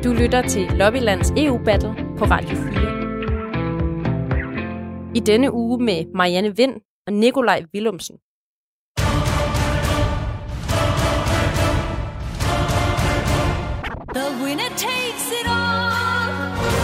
Du lytter til Lobbylands EU-battle på Radio 4. I denne uge med Marianne Vind og Nikolaj Villumsen. The winner takes it all.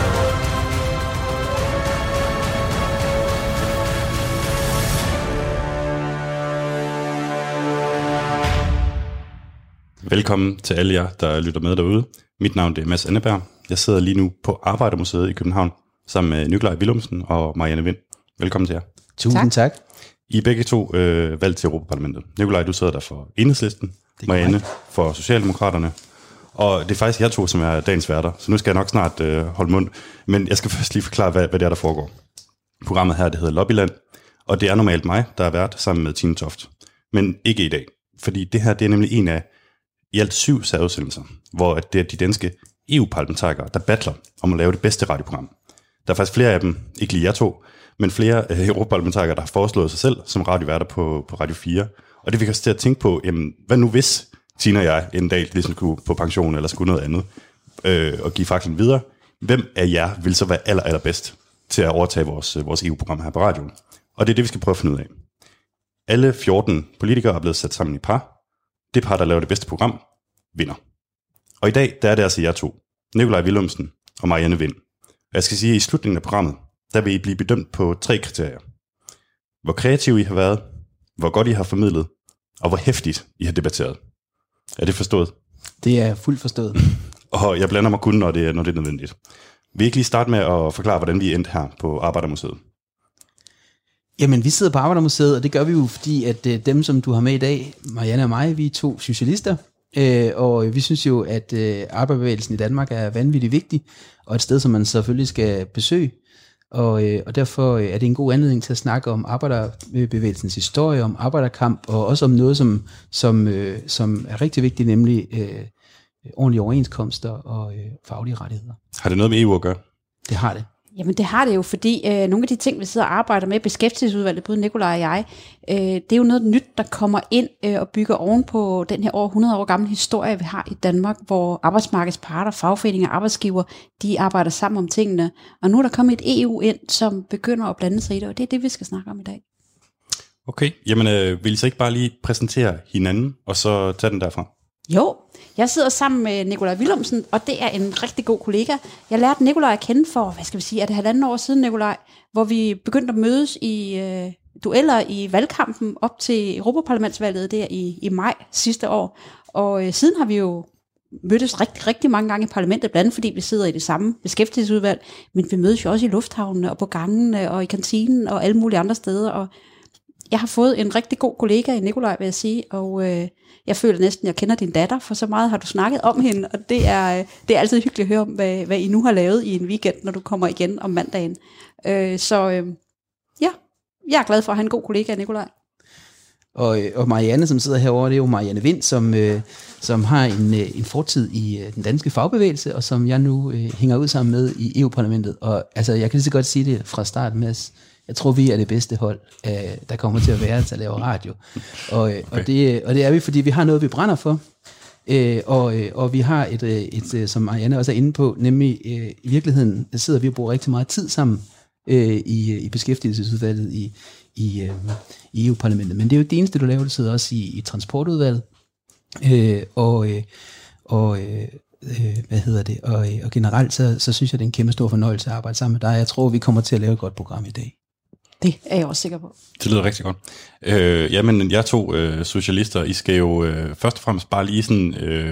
Velkommen til alle jer, der lytter med derude. Mit navn er Mads Anneberg. Jeg sidder lige nu på Arbejdermuseet i København sammen med Nikolaj Villumsen og Marianne Vind. Velkommen til jer. Tusind tak. I er begge to valgt til Europaparlamentet. Nikolaj, du sidder der for Enhedslisten, Marianne for Socialdemokraterne. Og det er faktisk jer to, som er dagens værter, så nu skal jeg nok snart holde mund. Men jeg skal først lige forklare, hvad det er, der foregår. Programmet her, det hedder Lobbyland, og det er normalt mig, der er vært sammen med Tine Toft. Men ikke i dag, fordi det her det er nemlig en af i alt 7 særudsendelser, hvor det er de danske EU-parlamentarikere, der battler om at lave det bedste radioprogram. Der er faktisk flere af dem, ikke lige jer to, men flere europaparlamentarikere, der har foreslået sig selv som radioværter på Radio 4. Og det fik os til at tænke på, jamen, hvad nu hvis Tina og jeg en dag ligesom skulle på pension eller skulle noget andet, og give faklen videre. Hvem af jer vil så være allerbedst til at overtage vores EU-program her på radioen? Og det er det, vi skal prøve at finde ud af. Alle 14 politikere er blevet sat sammen i par. Det par, der laver det bedste program, vinder. Og i dag, der er det altså jer to. Nikolaj Villumsen og Marianne Vind. Og jeg skal sige, at i slutningen af programmet, der vil I blive bedømt på 3 kriterier. Hvor kreative I har været, hvor godt I har formidlet, og hvor hæftigt I har debatteret. Er det forstået? Det er fuldt forstået. Og jeg blander mig kun, når det er nødvendigt. Vil I ikke lige starte med at forklare, hvordan vi endte her på Arbejdermuseet? Jamen, vi sidder på Arbejdermuseet, og det gør vi jo, fordi at dem, som du har med i dag, Marianne og mig, vi er 2 socialister. Og vi synes jo, at arbejderbevægelsen i Danmark er vanvittigt vigtig, og et sted, som man selvfølgelig skal besøge. Og derfor er det en god anledning til at snakke om arbejderbevægelsens historie, om arbejderkamp, og også om noget, som er rigtig vigtigt, nemlig ordentlige overenskomster og faglige rettigheder. Har det noget med EU at gøre? Det har det. Jamen det har det jo, fordi nogle af de ting, vi sidder og arbejder med i beskæftigelsesudvalget, både Nikolaj og jeg, det er jo noget nyt, der kommer ind og bygger oven på den her over 100 år gamle historie, vi har i Danmark, hvor arbejdsmarkedets parter, fagforeninger og arbejdsgiver, de arbejder sammen om tingene. Og nu er der kommet et EU ind, som begynder at blande sig i det, og det er det, vi skal snakke om i dag. Okay, jamen vil I så ikke bare lige præsentere hinanden, og så tage den derfra? Jo, jeg sidder sammen med Nikolaj Villumsen, og det er en rigtig god kollega. Jeg lærte Nikolaj at kende for, er det 1,5 år siden, Nikolaj, hvor vi begyndte at mødes i dueller i valgkampen op til Europaparlamentsvalget der i maj sidste år. Og siden har vi jo mødtes rigtig, rigtig mange gange i parlamentet, blandt andet fordi vi sidder i det samme beskæftigelsesudvalg, men vi mødes jo også i lufthavnene og på gangene og i kantinen og alle mulige andre steder. Og jeg har fået en rigtig god kollega i Nikolaj, vil jeg sige, og jeg føler næsten, at jeg kender din datter, for så meget har du snakket om hende, og det er altid hyggeligt at høre om, hvad I nu har lavet i en weekend, når du kommer igen om mandagen. Jeg er glad for at have en god kollega, Nikolaj. Og Marianne, som sidder herovre, det er jo Marianne Vind, som har en fortid i den danske fagbevægelse, og som jeg nu hænger ud sammen med i EU-parlamentet. Og altså, jeg kan lige så godt sige det fra start, Mads. Jeg tror, vi er det bedste hold, der kommer til at være til at lave radio. Og det er vi, fordi vi har noget, vi brænder for. Og vi har et som Marianne også er inde på, nemlig i virkeligheden sidder vi og bruger rigtig meget tid sammen i beskæftigelsesudvalget i EU-parlamentet. Men det er jo ikke det eneste, du laver. Du sidder også i transportudvalget. Og generelt så synes jeg, det er en kæmpe stor fornøjelse at arbejde sammen med dig. Jeg tror, vi kommer til at lave et godt program i dag. Det er jeg også sikker på. Det lyder rigtig godt. Jamen, jeg 2 socialister, I skal jo først og fremmest bare lige sådan,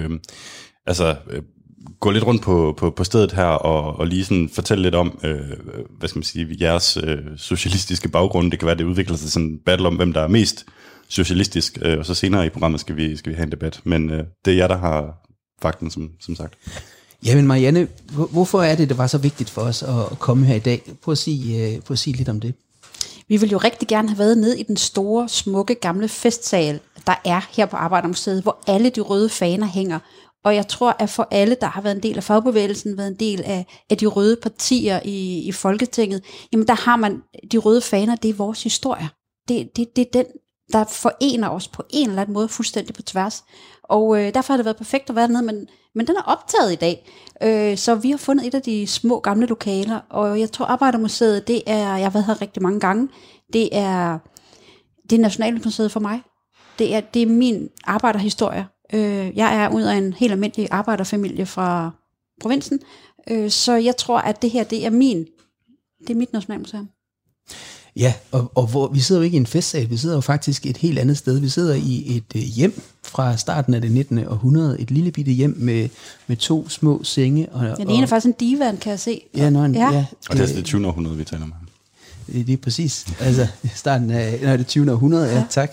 gå lidt rundt på stedet her, og lige sådan fortælle lidt om, jeres socialistiske baggrund. Det kan være, det udvikler sig sådan en battle om, hvem der er mest socialistisk, og så senere i programmet skal vi have en debat. Men det er jer, der har fakten, som sagt. Jamen Marianne, hvorfor er det var så vigtigt for os at komme her i dag? Prøv at sige lidt om det. Vi vil jo rigtig gerne have været nede i den store, smukke, gamle festsal, der er her på Arbejdermuseet, hvor alle de røde faner hænger. Og jeg tror, at for alle, der har været en del af fagbevægelsen, været en del af de røde partier i Folketinget, jamen der har man de røde faner, det er vores historie. Det er den der forener os på en eller anden måde fuldstændig på tværs. Og derfor har det været perfekt at være dernede, men den er optaget i dag. Så vi har fundet et af de små gamle lokaler, og jeg tror Arbejdermuseet, det er, jeg har været her rigtig mange gange, det er Nationalmuseet for mig. Det er min arbejderhistorie. Jeg er ud af en helt almindelig arbejderfamilie fra provinsen, så jeg tror, at det her, det er mit Nationalmuseum. Ja, og hvor, vi sidder jo ikke i en festsal, vi sidder jo faktisk et helt andet sted. Vi sidder i et hjem fra starten af det 19. århundrede, et lille bitte hjem med 2 små senge. Den ene er faktisk en divan, kan jeg se. Ja, og det er altså det 20. århundrede, vi taler om. Det er præcis, altså starten af det 20. århundrede, ja, tak.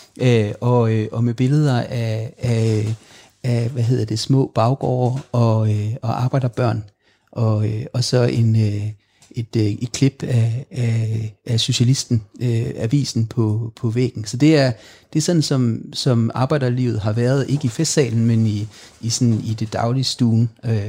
Og med billeder af hvad hedder det, små baggårde og arbejderbørn, og så et klip af Socialisten, avisen på væggen. Så det er sådan, som arbejderlivet har været, ikke i festsalen, men i det daglige stuen.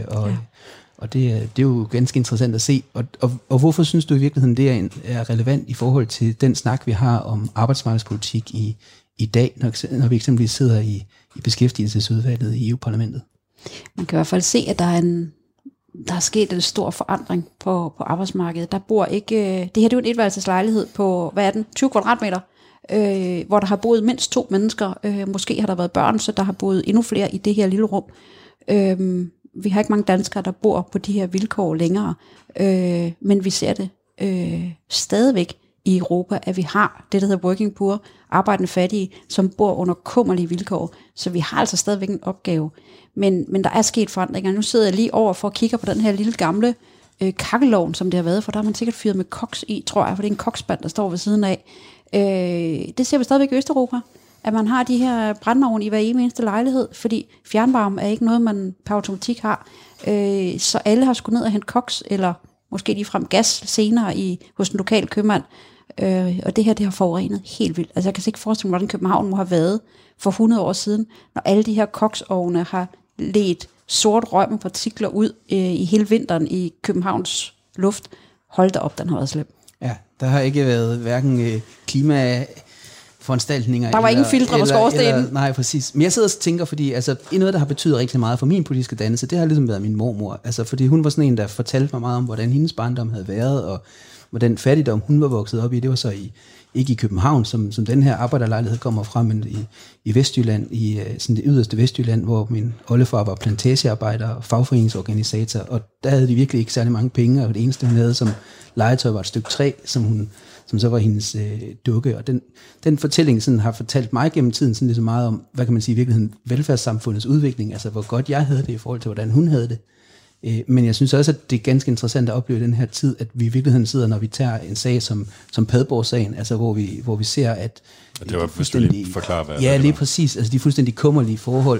Og det er jo ganske interessant at se. Og hvorfor synes du i virkeligheden, det er relevant i forhold til den snak, vi har om arbejdsmarkedspolitik i dag, når vi eksempelvis sidder i beskæftigelsesudvalget i EU-parlamentet? Man kan i hvert fald se, at der er sket en stor forandring på arbejdsmarkedet. Der bor ikke... Det her det er jo en etværelseslejlighed på, hvad er den? 20 kvadratmeter, hvor der har boet mindst 2 mennesker. Måske har der været børn, så der har boet endnu flere i det her lille rum. Vi har ikke mange danskere, der bor på de her vilkår længere. Men vi ser det stadigvæk i Europa, at vi har det, der hedder working poor, arbejdende fattige, som bor under kummerlige vilkår. Så vi har altså stadigvæk en opgave. Men der er sket forandringer. Nu sidder jeg lige over for at kigge på den her lille gamle kakkelovn, som det har været, for der har man sikkert fyret med koks i, tror jeg, for det er en koksband, der står ved siden af. Det ser vi stadigvæk i Østeuropa, at man har de her brændeovn i hver eneste lejlighed, fordi fjernvarme er ikke noget, man per automatik har. Så alle har skulle ned og hente koks, eller måske ligefrem gas senere hos en lokal købmand. Og det her, det har forurenet helt vildt. Altså jeg kan ikke forestille mig, hvordan København må have været for 100 år siden, når alle de her koksovne har ledt sort røg med partikler ud i hele vinteren i Københavns luft. Hold da op, den har været slem. Ja, der har ikke været hverken klimaforanstaltninger. Der var ingen filtre på skorstenen. Nej, præcis. Men jeg sidder og tænker, fordi altså, noget, der har betydet rigtig meget for min politiske dannelse, det har ligesom været min mormor. Altså, fordi hun var sådan en, der fortalte mig meget om, hvordan hendes barndom havde været, og hvordan fattigdom hun var vokset op i. Det var så ikke i København, som den her arbejderlejlighed kommer fra, men i Vestjylland, i sådan det yderste Vestjylland, hvor min oldefar var plantagearbejder og fagforeningsorganisator, og der havde de virkelig ikke særlig mange penge, og det eneste, hun havde som legetøj var et stykke træ, som så var hendes dukke. Og den fortælling sådan, har fortalt mig gennem tiden sådan lidt så meget om, hvad kan man sige, i virkeligheden velfærdssamfundets udvikling, altså hvor godt jeg havde det i forhold til, hvordan hun havde det. Men jeg synes også, at det er ganske interessant at opleve den her tid, at vi i virkeligheden sidder, når vi tager en sag som Padborg-sagen, altså hvor vi ser, at... Det var fuldstændig forklare, hvad ja, lige præcis. Altså de fuldstændig kummerlige forhold,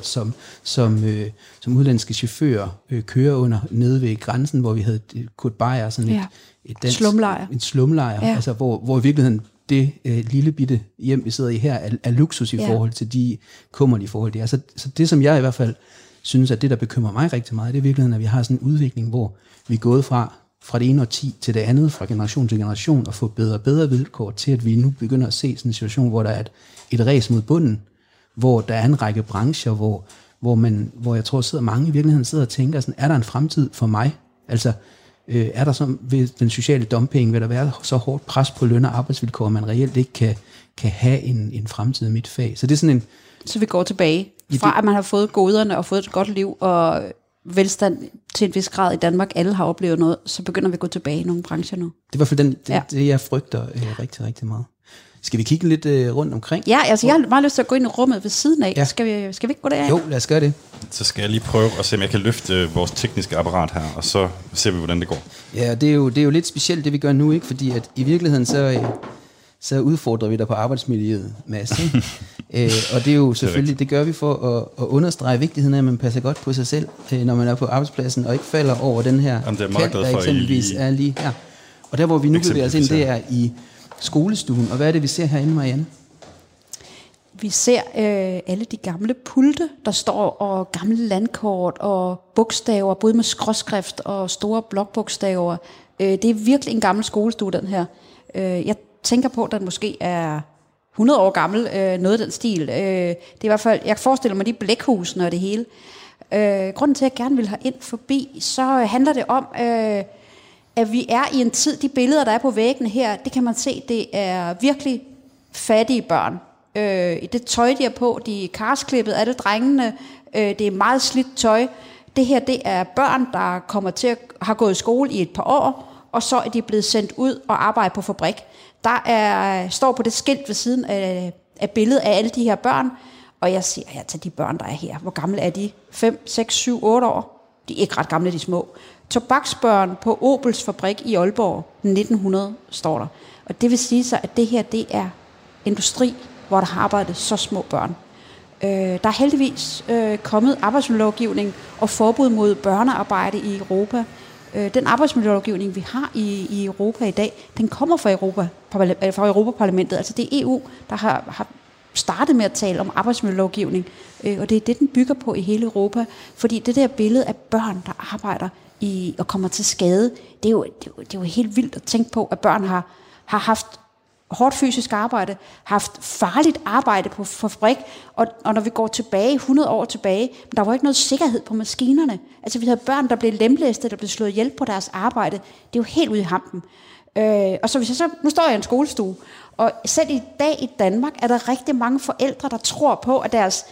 som udlandske chauffører kører under nede ved grænsen, hvor vi havde Kurt Beyer, sådan et dansk... Slumlejr. En slumlejr, ja. Altså hvor i virkeligheden det lille bitte hjem, vi sidder i her, er luksus i forhold til de kummerlige forhold, det er. Så det, som jeg i hvert fald synes, at det, der bekymrer mig rigtig meget, det er i virkeligheden, at vi har sådan en udvikling, hvor vi er gået fra det ene årti til det andet, fra generation til generation, og få bedre og bedre vilkår til, at vi nu begynder at se sådan en situation, hvor der er et ræs mod bunden, hvor der er en række brancher, hvor jeg tror, sidder mange i virkeligheden sidder og tænker, sådan, er der en fremtid for mig? Altså, er der så ved den sociale dumping, vil der være så hårdt pres på løn og arbejdsvilkår, at man reelt ikke kan have en fremtid i mit fag? Så det er sådan en... Så vi går tilbage fra, at man har fået goderne og fået et godt liv og velstand til en vis grad i Danmark, alle har oplevet noget, så begynder vi at gå tilbage i nogle brancher nu. Det er i hvert fald det jeg frygter rigtig, rigtig meget. Skal vi kigge lidt rundt omkring? Ja, altså jeg har meget lyst til at gå ind i rummet ved siden af. Ja. Skal vi ikke gå der? Jo, lad os gøre det. Så skal jeg lige prøve at se, om jeg kan løfte vores tekniske apparat her, og så ser vi, hvordan det går. Ja, det er jo lidt specielt, det vi gør nu, ikke? Fordi at i virkeligheden så udfordrer vi dig på arbejdsmiljøet, Mads. Og det er jo selvfølgelig, det gør vi for at understrege vigtigheden af, at man passer godt på sig selv, når man er på arbejdspladsen, og ikke falder over den her kant, der eksempelvis er lige her. Og der, hvor vi nu bevæger os ind, det er i skolestuen. Og hvad er det, vi ser herinde, Marianne? Vi ser alle de gamle pulte, der står, og gamle landkort og bogstaver, både med skråskrift og store blokbogstaver. Det er virkelig en gammel skolestue, den her. Jeg tænker på, at den måske er 100 år gammel, noget af den stil. Det er i hvert fald, jeg forestiller mig de blækhusene og det hele. Grunden til, at jeg gerne vil have ind forbi, så handler det om, at vi er i en tid, de billeder, der er på væggene her, det kan man se, det er virkelig fattige børn. I det tøj, de er på, de er karsklippet, alle drengene, det er meget slidt tøj. Det her, det er børn, der kommer til at have gået i skole i et par år, og så er de blevet sendt ud og arbejde på fabrik. Der står på det skilt ved siden af billedet af alle de her børn, og jeg siger, ja, til de børn, der er her, hvor gamle er de? 5, 6, 7, 8 år? De er ikke ret gamle, de små. Tobaksbørn på Opels fabrik i Aalborg, 1900, står der. Og det vil sige så, at det her, det er industri, hvor der har arbejdet så små børn. Der er heldigvis kommet arbejdsmiljølovgivning og forbud mod børnearbejde i Europa. Den arbejdsmiljølovgivning, vi har i Europa i dag, den kommer fra Europaparlamentet. Altså det er EU, der har startet med at tale om arbejdsmiljølovgivning, og det er det, den bygger på i hele Europa. Fordi det der billede af børn, der arbejder og kommer til skade, det er jo helt vildt at tænke på, at børn har haft hårdt fysisk arbejde, haft farligt arbejde på fabrik, og når vi går tilbage, 100 år tilbage, der var ikke noget sikkerhed på maskinerne. Altså vi havde børn, der blev lemlæstet, der blev slået ihjel på deres arbejde. Det er jo helt ude i hampen. Og så nu står jeg i en skolestue, og selv i dag i Danmark er der rigtig mange forældre, der tror på, at deres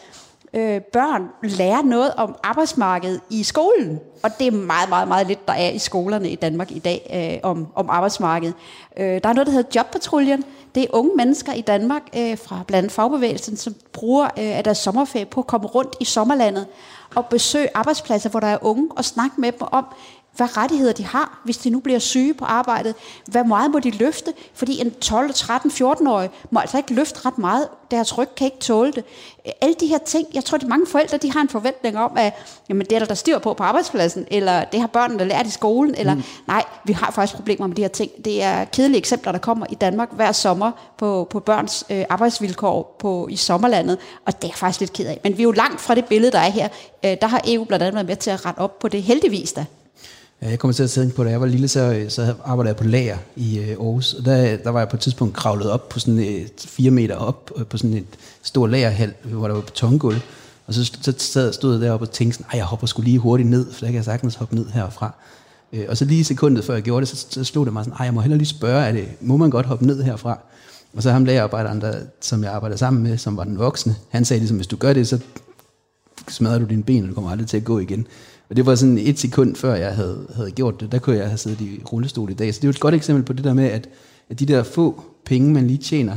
børn lærer noget om arbejdsmarkedet i skolen. Og det er meget, meget, meget lidt, der er i skolerne i Danmark i dag om arbejdsmarkedet. Der er noget, der hedder Jobpatruljen. Det er unge mennesker i Danmark fra blandt andet fagbevægelsen, som bruger af deres sommerferie på at komme rundt i sommerlandet og besøge arbejdspladser, hvor der er unge, og snakke med dem om, hvad rettigheder de har, hvis de nu bliver syge på arbejdet. Hvor meget må de løfte? Fordi en 12, 13, 14-årig må altså ikke løfte ret meget. Deres ryg kan ikke tåle det. Alle de her ting, jeg tror, at mange forældre, de har en forventning om, at jamen, det er der styr på arbejdspladsen, eller det har børnene lært i skolen, eller nej, vi har faktisk problemer med de her ting. Det er kedelige eksempler, der kommer i Danmark hver sommer på børns arbejdsvilkår i sommerlandet, og det er jeg faktisk lidt ked af. Men vi er jo langt fra det billede, der er her. Der har EU blandt andet været med til at rette op på det, heldigvis da. Jeg kommer til at tænke på, da jeg var lille, så arbejdede jeg på lager i Aarhus. Og der var jeg på et tidspunkt kravlet op på sådan 4 meter op på sådan et stort lagerhal, hvor der var betongulv. Og så stod jeg deroppe og tænkte sådan, jeg hopper sgu lige hurtigt ned, for der kan jeg sagtens hoppe ned herfra. Og så lige sekundet før jeg gjorde det, så slog det mig sådan, jeg må hellere lige spørge, må man godt hoppe ned herfra? Og så ham lagerarbejderen, som jeg arbejder sammen med, som var den voksne, han sagde ligesom, hvis du gør det, så smadrer du dine ben, og du kommer aldrig til at gå igen. Og det var sådan 1 sekund før jeg havde gjort det. Der kunne jeg have siddet i rullestol i dag. Så det er jo et godt eksempel på det der med, at de der få penge, man lige tjener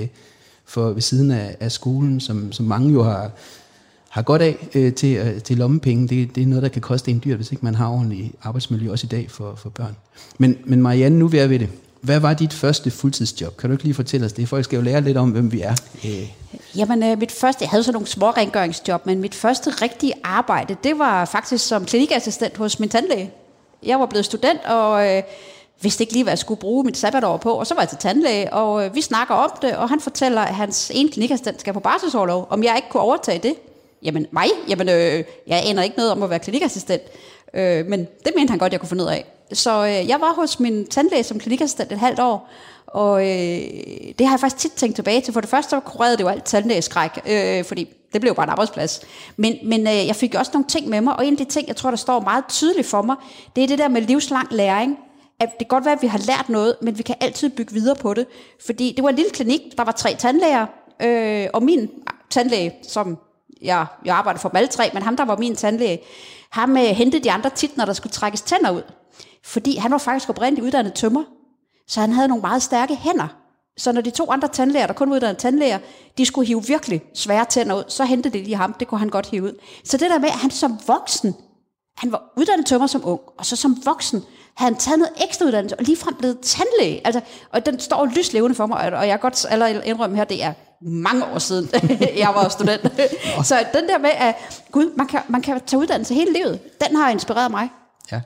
for ved siden af skolen, som mange jo har godt af til lommepenge, det er noget, der kan koste en dyrt, hvis ikke man har ordentlig arbejdsmiljø også i dag for børn. Men Marianne, nu er vi ved det. Hvad var dit første fuldtidsjob? Kan du ikke lige fortælle os det? Folk skal jo lære lidt om, hvem vi er. Jamen, jeg havde så nogle små rengøringsjob, men mit første rigtige arbejde, det var faktisk som klinikassistent hos min tandlæge. Jeg var blevet student, og vidste ikke lige, hvad jeg skulle bruge mit sabbatår på, og så var jeg til tandlæge, og vi snakker om det, og han fortæller, at hans ene klinikassistent skal på barselsorlov, om jeg ikke kunne overtage det. Jamen, jeg aner ikke noget om at være klinikassistent, men det mente han godt, jeg kunne finde ud af. Så jeg var hos min tandlæge som klinikassistent et halvt år, og det har jeg faktisk tit tænkt tilbage til. For det første så kurerede det jo alt tandlægeskræk, fordi det blev bare en arbejdsplads. Men jeg fik også nogle ting med mig, og en af de ting, jeg tror, der står meget tydeligt for mig, det er det der med livslang læring. At det kan godt være, at vi har lært noget, men vi kan altid bygge videre på det. Fordi det var en lille klinik, der var 3 tandlæger, og min tandlæge, som jeg arbejdede for dem alle 3, men ham, der var min tandlæge, ham hentede de andre tit, når der skulle trækkes tænder ud. Fordi han var faktisk oprindeligt uddannet tømrer, så han havde nogle meget stærke hænder. Så når de 2 andre tandlæger, der kun var uddannet tandlæger, de skulle hive virkelig svære tænder ud, så hentede de lige ham, det kunne han godt hive ud. Så det der med, at han som voksen, han var uddannet tømrer som ung, og så som voksen havde han taget noget ekstra uddannelse, og ligefrem blevet tandlæge. Altså, og den står lyslevende for mig, og jeg kan godt allerede indrømme her, det er mange år siden, jeg var student. Så den der med, at gud, man kan tage uddannelse hele livet, den har inspireret mig. Ja.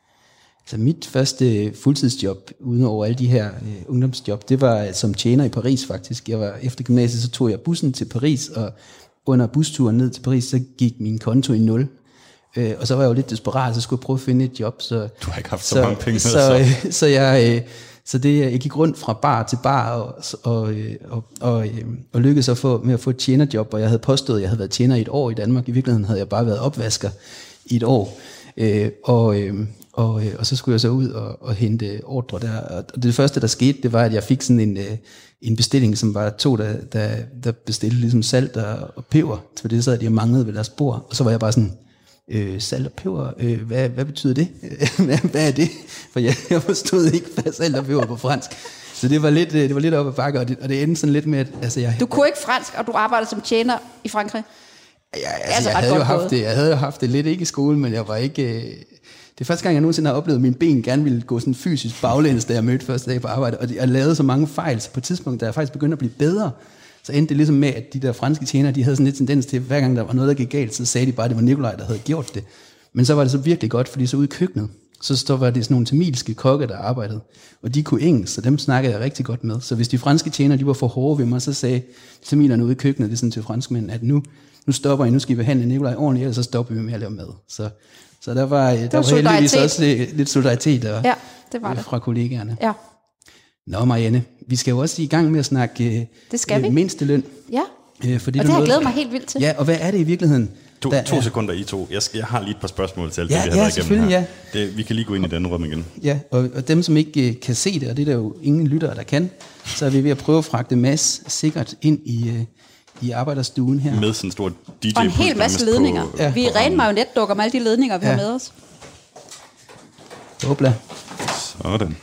Så mit første fuldtidsjob, uden over alle de her ungdomsjob, det var som tjener i Paris faktisk. Efter gymnasiet, så tog jeg bussen til Paris, og under busturen ned til Paris, så gik min konto i 0. Og så var jeg jo lidt desperat, så skulle jeg prøve at finde et job. Så, du har ikke haft så mange penge. Så det, jeg gik rundt fra bar til bar og lykkedes med at få et tjenerjob, og jeg havde påstået, at jeg havde været tjener i et år i Danmark. I virkeligheden havde jeg bare været opvasker i et år. Og så skulle jeg så ud og hente ordre der. Og det første, der skete, det var, at jeg fik sådan en bestilling, som var to, der bestilte ligesom salt og peber. For det sad de og manglede ved deres bord. Og så var jeg bare sådan, salt og peber, hvad betyder det? Hvad er det? For jeg forstod ikke, hvad salt og peber på fransk. Så det var lidt op ad bakke, og det endte sådan lidt med, at... Altså, Du kunne ikke fransk, og du arbejdede som tjener i Frankrig? Ja, altså, jeg havde jo haft det lidt ikke i skolen, men jeg var ikke... Det er første gang, jeg nogensinde har oplevet, at mine ben gerne ville gå sådan fysisk baglæns, da jeg mødte første dag på arbejde. Og jeg lavede så mange fejl, så på et tidspunkt, da jeg faktisk begyndte at blive bedre, så endte det ligesom med, at de der franske tjenere, de havde sådan lidt tendens til, at hver gang der var noget, der gik galt, så sagde de bare, at det var Nikolaj, der havde gjort det. Men så var det så virkelig godt, fordi så ude i køkkenet, så var det sådan nogle tamilske kokke, der arbejdede. Og de kunne engelsk, så dem snakkede jeg rigtig godt med. Så hvis de franske tjenere, de var for hårde ved mig, så sagde tamilerne ude i køkkenet, det er sådan til franskmænd, at nu stopper I, nu skal I behandle Nikolaj ordentligt, ellers så stopper vi med at lave mad. Så der var heldigvis også lidt solidaritet fra kollegaerne. Ja. Nå, Marianne, vi skal jo også i gang med at snakke mindsteløn. Ja, for det har jeg glædet mig helt vildt til. Ja, og hvad er det i virkeligheden? To sekunder, I to. Jeg har lige et par spørgsmål til alt det, vi har været igennem her. Vi kan lige gå ind i den rum igen. Ja, og dem, som ikke kan se det, og det er der jo ingen lyttere, der kan, så er vi ved at prøve at fragte Mads sikkert ind i arbejderstuen her. Med sådan en stor DJ. Og en hel masse ledninger. Vi er rene marionetdukker med alle de ledninger, vi har med os. Hopla. Sådan.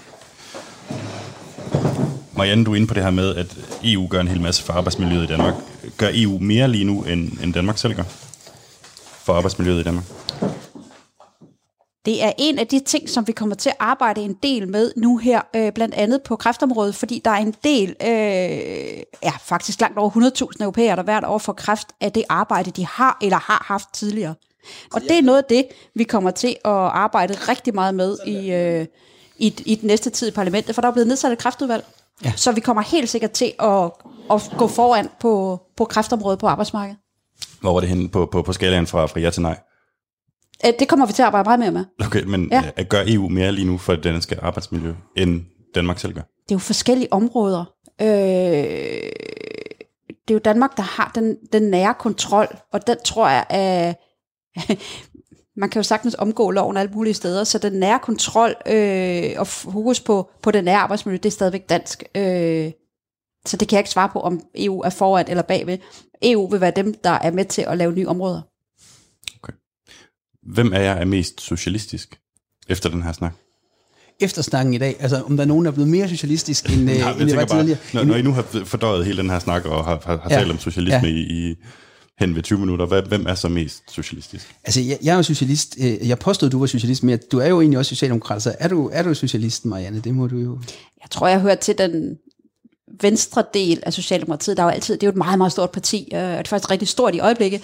Marianne, du er inde på det her med, at EU gør en hel masse for arbejdsmiljøet i Danmark. Gør EU mere lige nu, end Danmark selv gør for arbejdsmiljøet i Danmark? Det er en af de ting, som vi kommer til at arbejde en del med nu her, blandt andet på kræftområdet, fordi der er en del, faktisk langt over 100.000 europæere, der hvert år får kræft af det arbejde, de har eller har haft tidligere. Og det er noget af det, vi kommer til at arbejde rigtig meget med i den næste tid i parlamentet, for der er blevet nedsat et kræftudvalg. Ja. Så vi kommer helt sikkert til at gå foran på kræftområdet på arbejdsmarkedet. Hvor var det henne på skalaen fra ja til nej? Det kommer vi til at arbejde meget mere med. Okay, men gør EU mere lige nu for det danske arbejdsmiljø, end Danmark selv gør? Det er jo forskellige områder. Det er jo Danmark, der har den nære kontrol, og den tror jeg, at man kan jo sagtens omgå loven alle mulige steder, så den nære kontrol og fokus på det nære arbejdsmiljø, det er stadigvæk dansk. Så det kan jeg ikke svare på, om EU er foran eller bagved. EU vil være dem, der er med til at lave nye områder. Okay. Hvem af jer er mest socialistisk efter den her snak? Efter snakken i dag, altså om der er nogen, der er blevet mere socialistisk end det var tidligere. Når I nu har fordøjet hele den her snak og har talt om socialisme i hen ved 20 minutter, hvem er så mest socialistisk? Altså jeg er jo socialist. Jeg påstod, du var socialist, men du er jo egentlig også socialdemokrat, så er du socialist, Marianne? Det må du jo. Jeg tror, jeg hører til den venstre del af Socialdemokratiet. Der er jo altid, det er jo et meget, meget stort parti, og det er faktisk rigtig stort i øjeblikket.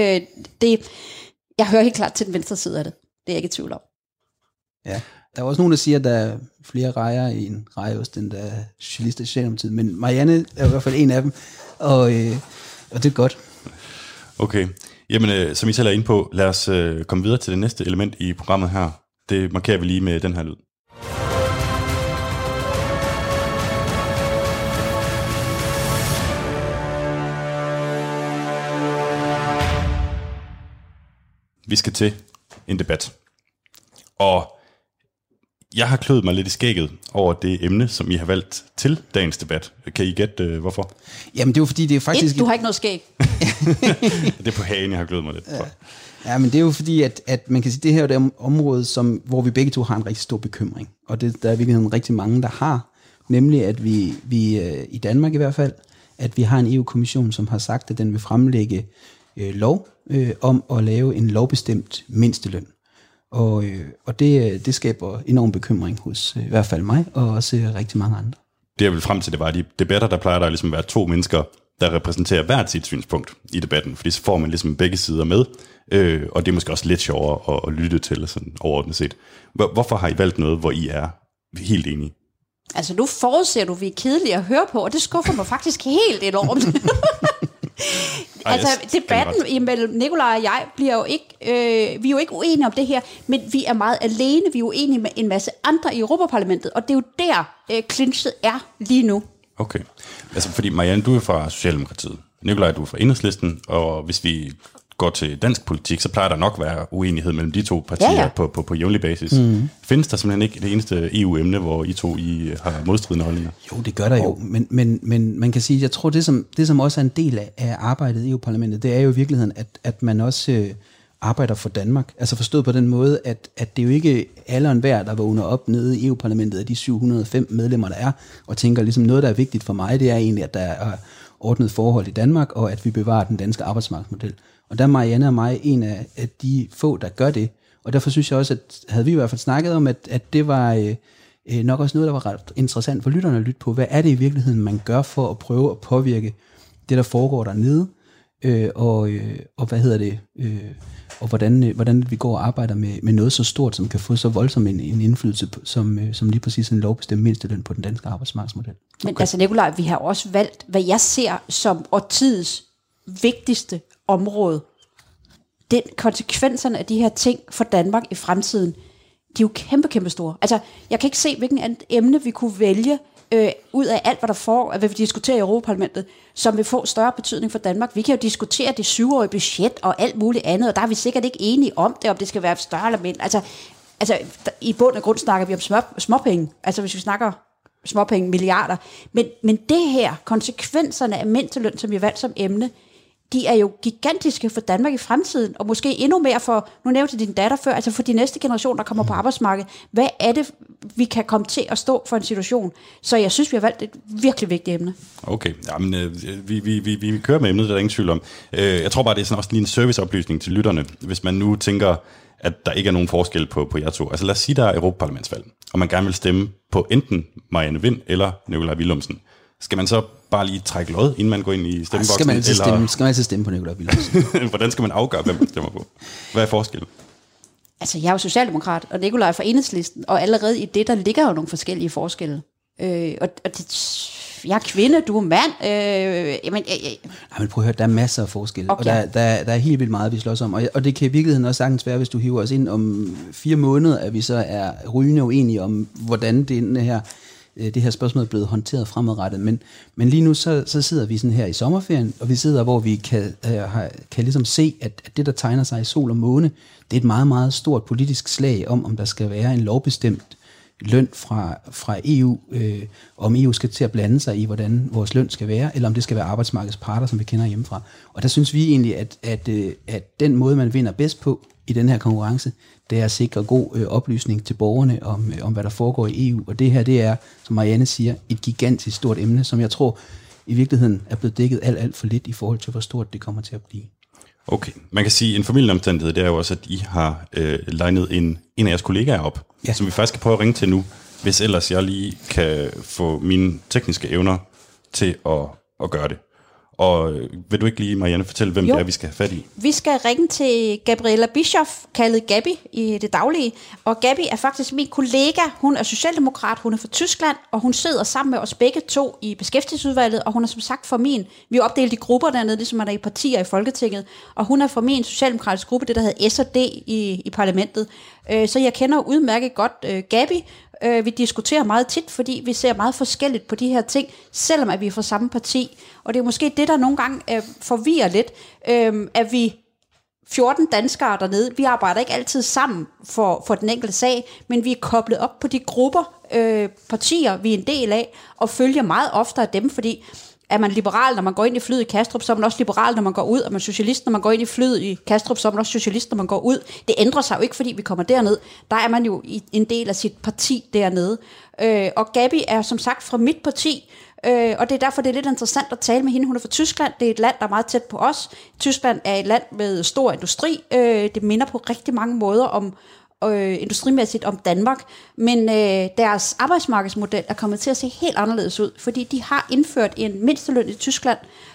Jeg hører helt klart til den venstre side af det. Det er jeg ikke i tvivl om. Ja, der er også nogen, der siger, at der er flere rejer i en rejeost, end der er socialister i Socialdemokratiet, men Marianne er i hvert fald en af dem, og det er godt. Okay, jamen som I selv er inde på, lad os komme videre til det næste element i programmet her. Det markerer vi lige med den her lyd. Vi skal til en debat. Og jeg har kløet mig lidt i skægget over det emne, som I har valgt til dagens debat. Kan I gætte hvorfor? Jamen det er jo fordi, det er faktisk... Du har ikke noget skæg. Det er på hagen, jeg har kløet mig lidt for. Ja, men det er jo fordi, at man kan sige, at det her er det område, hvor vi begge to har en rigtig stor bekymring. Og det der er virkelig rigtig mange, der har. Nemlig at vi i Danmark i hvert fald, at vi har en EU-kommission, som har sagt, at den vil fremlægge lov om at lave en lovbestemt mindsteløn. Og det skaber enorm bekymring hos i hvert fald mig, og også rigtig mange andre. Det jeg vil frem til, det var de debatter, der plejer der ligesom at være to mennesker, der repræsenterer hvert sit synspunkt i debatten, fordi så får man ligesom begge sider med, og det er måske også lidt sjovere at lytte til sådan overordnet set. Hvorfor har I valgt noget, hvor I er helt enige? Altså nu forudser du, vi er kedelige at høre på, og det skuffer mig faktisk helt enormt. Altså, debatten imellem Nikolaj og jeg bliver jo ikke, vi er jo ikke uenige om det her, men vi er meget alene, vi er uenige med en masse andre i Europaparlamentet, og det er jo der, clinchet er lige nu. Okay. Altså, fordi Marianne, du er fra Socialdemokratiet. Nikolaj, du er fra Enhedslisten, og hvis vi går til dansk politik, så plejer der nok at være uenighed mellem de to partier på jævnlig basis. Mm. Findes der simpelthen ikke det eneste EU-emne, hvor I har modstridende holdninger? Jo, det gør der jo, men man kan sige, jeg tror, det som også er en del af arbejdet i EU-parlamentet, det er jo i virkeligheden, at man også arbejder for Danmark. Altså forstået på den måde, at det er jo ikke alle og enhver, der vågner op nede i EU-parlamentet af de 705 medlemmer, der er, og tænker ligesom noget, der er vigtigt for mig, det er egentlig, at der er ordnet forhold i Danmark, og at vi bevarer den danske arbejdsmarkedsmodel. Og der er Marianne og mig en af de få, der gør det. Og derfor synes jeg også, at havde vi i hvert fald snakket om, at det var nok også noget, der var ret interessant for lytterne at lytte på. Hvad er det i virkeligheden, man gør for at prøve at påvirke det, der foregår dernede? Og hvad hedder det? Og hvordan vi går og arbejder med noget så stort, som kan få så voldsom en indflydelse, som lige præcis en lovbestemt mindsteløn på den danske arbejdsmarkedsmodel. Men altså Nikolaj, vi har også valgt, hvad jeg ser som årtidets vigtigste område. Konsekvenserne af de her ting for Danmark i fremtiden, de er jo kæmpe store. Altså, jeg kan ikke se, hvilken andet emne vi kunne vælge ud af alt, hvad der foregår, hvad vi diskuterer i Europaparlamentet, som vil få større betydning for Danmark. Vi kan jo diskutere det 7-årige budget og alt muligt andet, og der er vi sikkert ikke enige om det, om det skal være større eller mindre. Altså i bund og grund snakker vi om småpenge. Altså hvis vi snakker småpenge, milliarder. Men det her, konsekvenserne af mindsteløn, som vi har valgt som emne, de er jo gigantiske for Danmark i fremtiden, og måske endnu mere for, nu nævnte din datter før, altså for de næste generationer, der kommer på arbejdsmarkedet. Hvad er det, vi kan komme til at stå for en situation? Så jeg synes, vi har valgt et virkelig vigtigt emne. Okay, jamen, vi kører med emnet, det er der ingen tvivl om. Jeg tror bare, det er sådan også lige en serviceoplysning til lytterne, hvis man nu tænker, at der ikke er nogen forskel på jer to. Altså lad os sige, der er Europaparlamentsvalg, og man gerne vil stemme på enten Marianne Vind eller Nikolaj Villumsen. Skal man så bare lige trække lod, inden man går ind i stemmeboksen? Skal man altid stemme på Nikolaj Villumsen? Hvordan skal man afgøre, hvem man stemmer på? Hvad er forskellen? Altså, jeg er jo socialdemokrat, og Nikolaj er fra Enhedslisten, og allerede i det, der ligger jo nogle forskellige forskelle. Jeg er kvinde, du er mand. Men prøv at høre, der er masser af forskelle, okay. Og der er helt vildt meget, vi slås om. Og det kan i virkeligheden også sagtens være, hvis du hiver os ind om 4 måneder, at vi så er rygende uenige om, hvordan det her spørgsmål er blevet håndteret fremadrettet. Men lige nu, så sidder vi sådan her i sommerferien, og vi sidder, hvor vi kan ligesom se, at det, der tegner sig i sol og måne, det er et meget, meget stort politisk slag om der skal være en lovbestemt løn fra EU, om EU skal til at blande sig i, hvordan vores løn skal være, eller om det skal være arbejdsmarkedets parter, som vi kender hjemmefra. Og der synes vi egentlig, at den måde, man vinder bedst på i den her konkurrence, det er at sikre god oplysning til borgerne om, hvad der foregår i EU. Og det her, det er, som Marianne siger, et gigantisk stort emne, som jeg tror i virkeligheden er blevet dækket alt for lidt i forhold til, hvor stort det kommer til at blive. Okay, man kan sige, at en familieomstændighed, det er jo også, at I har legnet en af jeres kollegaer op, som vi faktisk kan prøve at ringe til nu, hvis ellers jeg lige kan få mine tekniske evner til at gøre det. Og vil du ikke lige, Marianne, fortælle, hvem det er, vi skal have fat i? Vi skal ringe til Gabriella Bischoff, kaldet Gabi i det daglige. Og Gabi er faktisk min kollega. Hun er socialdemokrat, hun er fra Tyskland, og hun sidder sammen med os begge to i beskæftigelsesudvalget. Og hun er som sagt fra vi er opdelt i grupper dernede, ligesom man er i partier i Folketinget. Og hun er fra min socialdemokratiske gruppe, det der hedder S&D i parlamentet. Så jeg kender udmærket godt Gabi. Vi diskuterer meget tit, fordi vi ser meget forskelligt på de her ting, selvom at vi er fra samme parti. Og det er måske det, der nogle gange forvirrer lidt, at vi 14 danskere dernede, vi arbejder ikke altid sammen for den enkelte sag, men vi er koblet op på de grupper, partier, vi er en del af, og følger meget oftere af dem, fordi er man liberal, når man går ind i flyet i Kastrup, så er man også liberal, når man går ud. Er man socialist, når man går ind i flyet i Kastrup, så er man også socialist, når man går ud. Det ændrer sig jo ikke, fordi vi kommer derned. Der er man jo en del af sit parti dernede. Og Gabi er som sagt fra mit parti, og det er derfor, det er lidt interessant at tale med hende. Hun er fra Tyskland. Det er et land, der er meget tæt på os. Tyskland er et land med stor industri. Det minder på rigtig mange måder om industrimæssigt om Danmark, men deres arbejdsmarkedsmodel er kommet til at se helt anderledes ud, fordi de har indført en mindsteløn i Tyskland,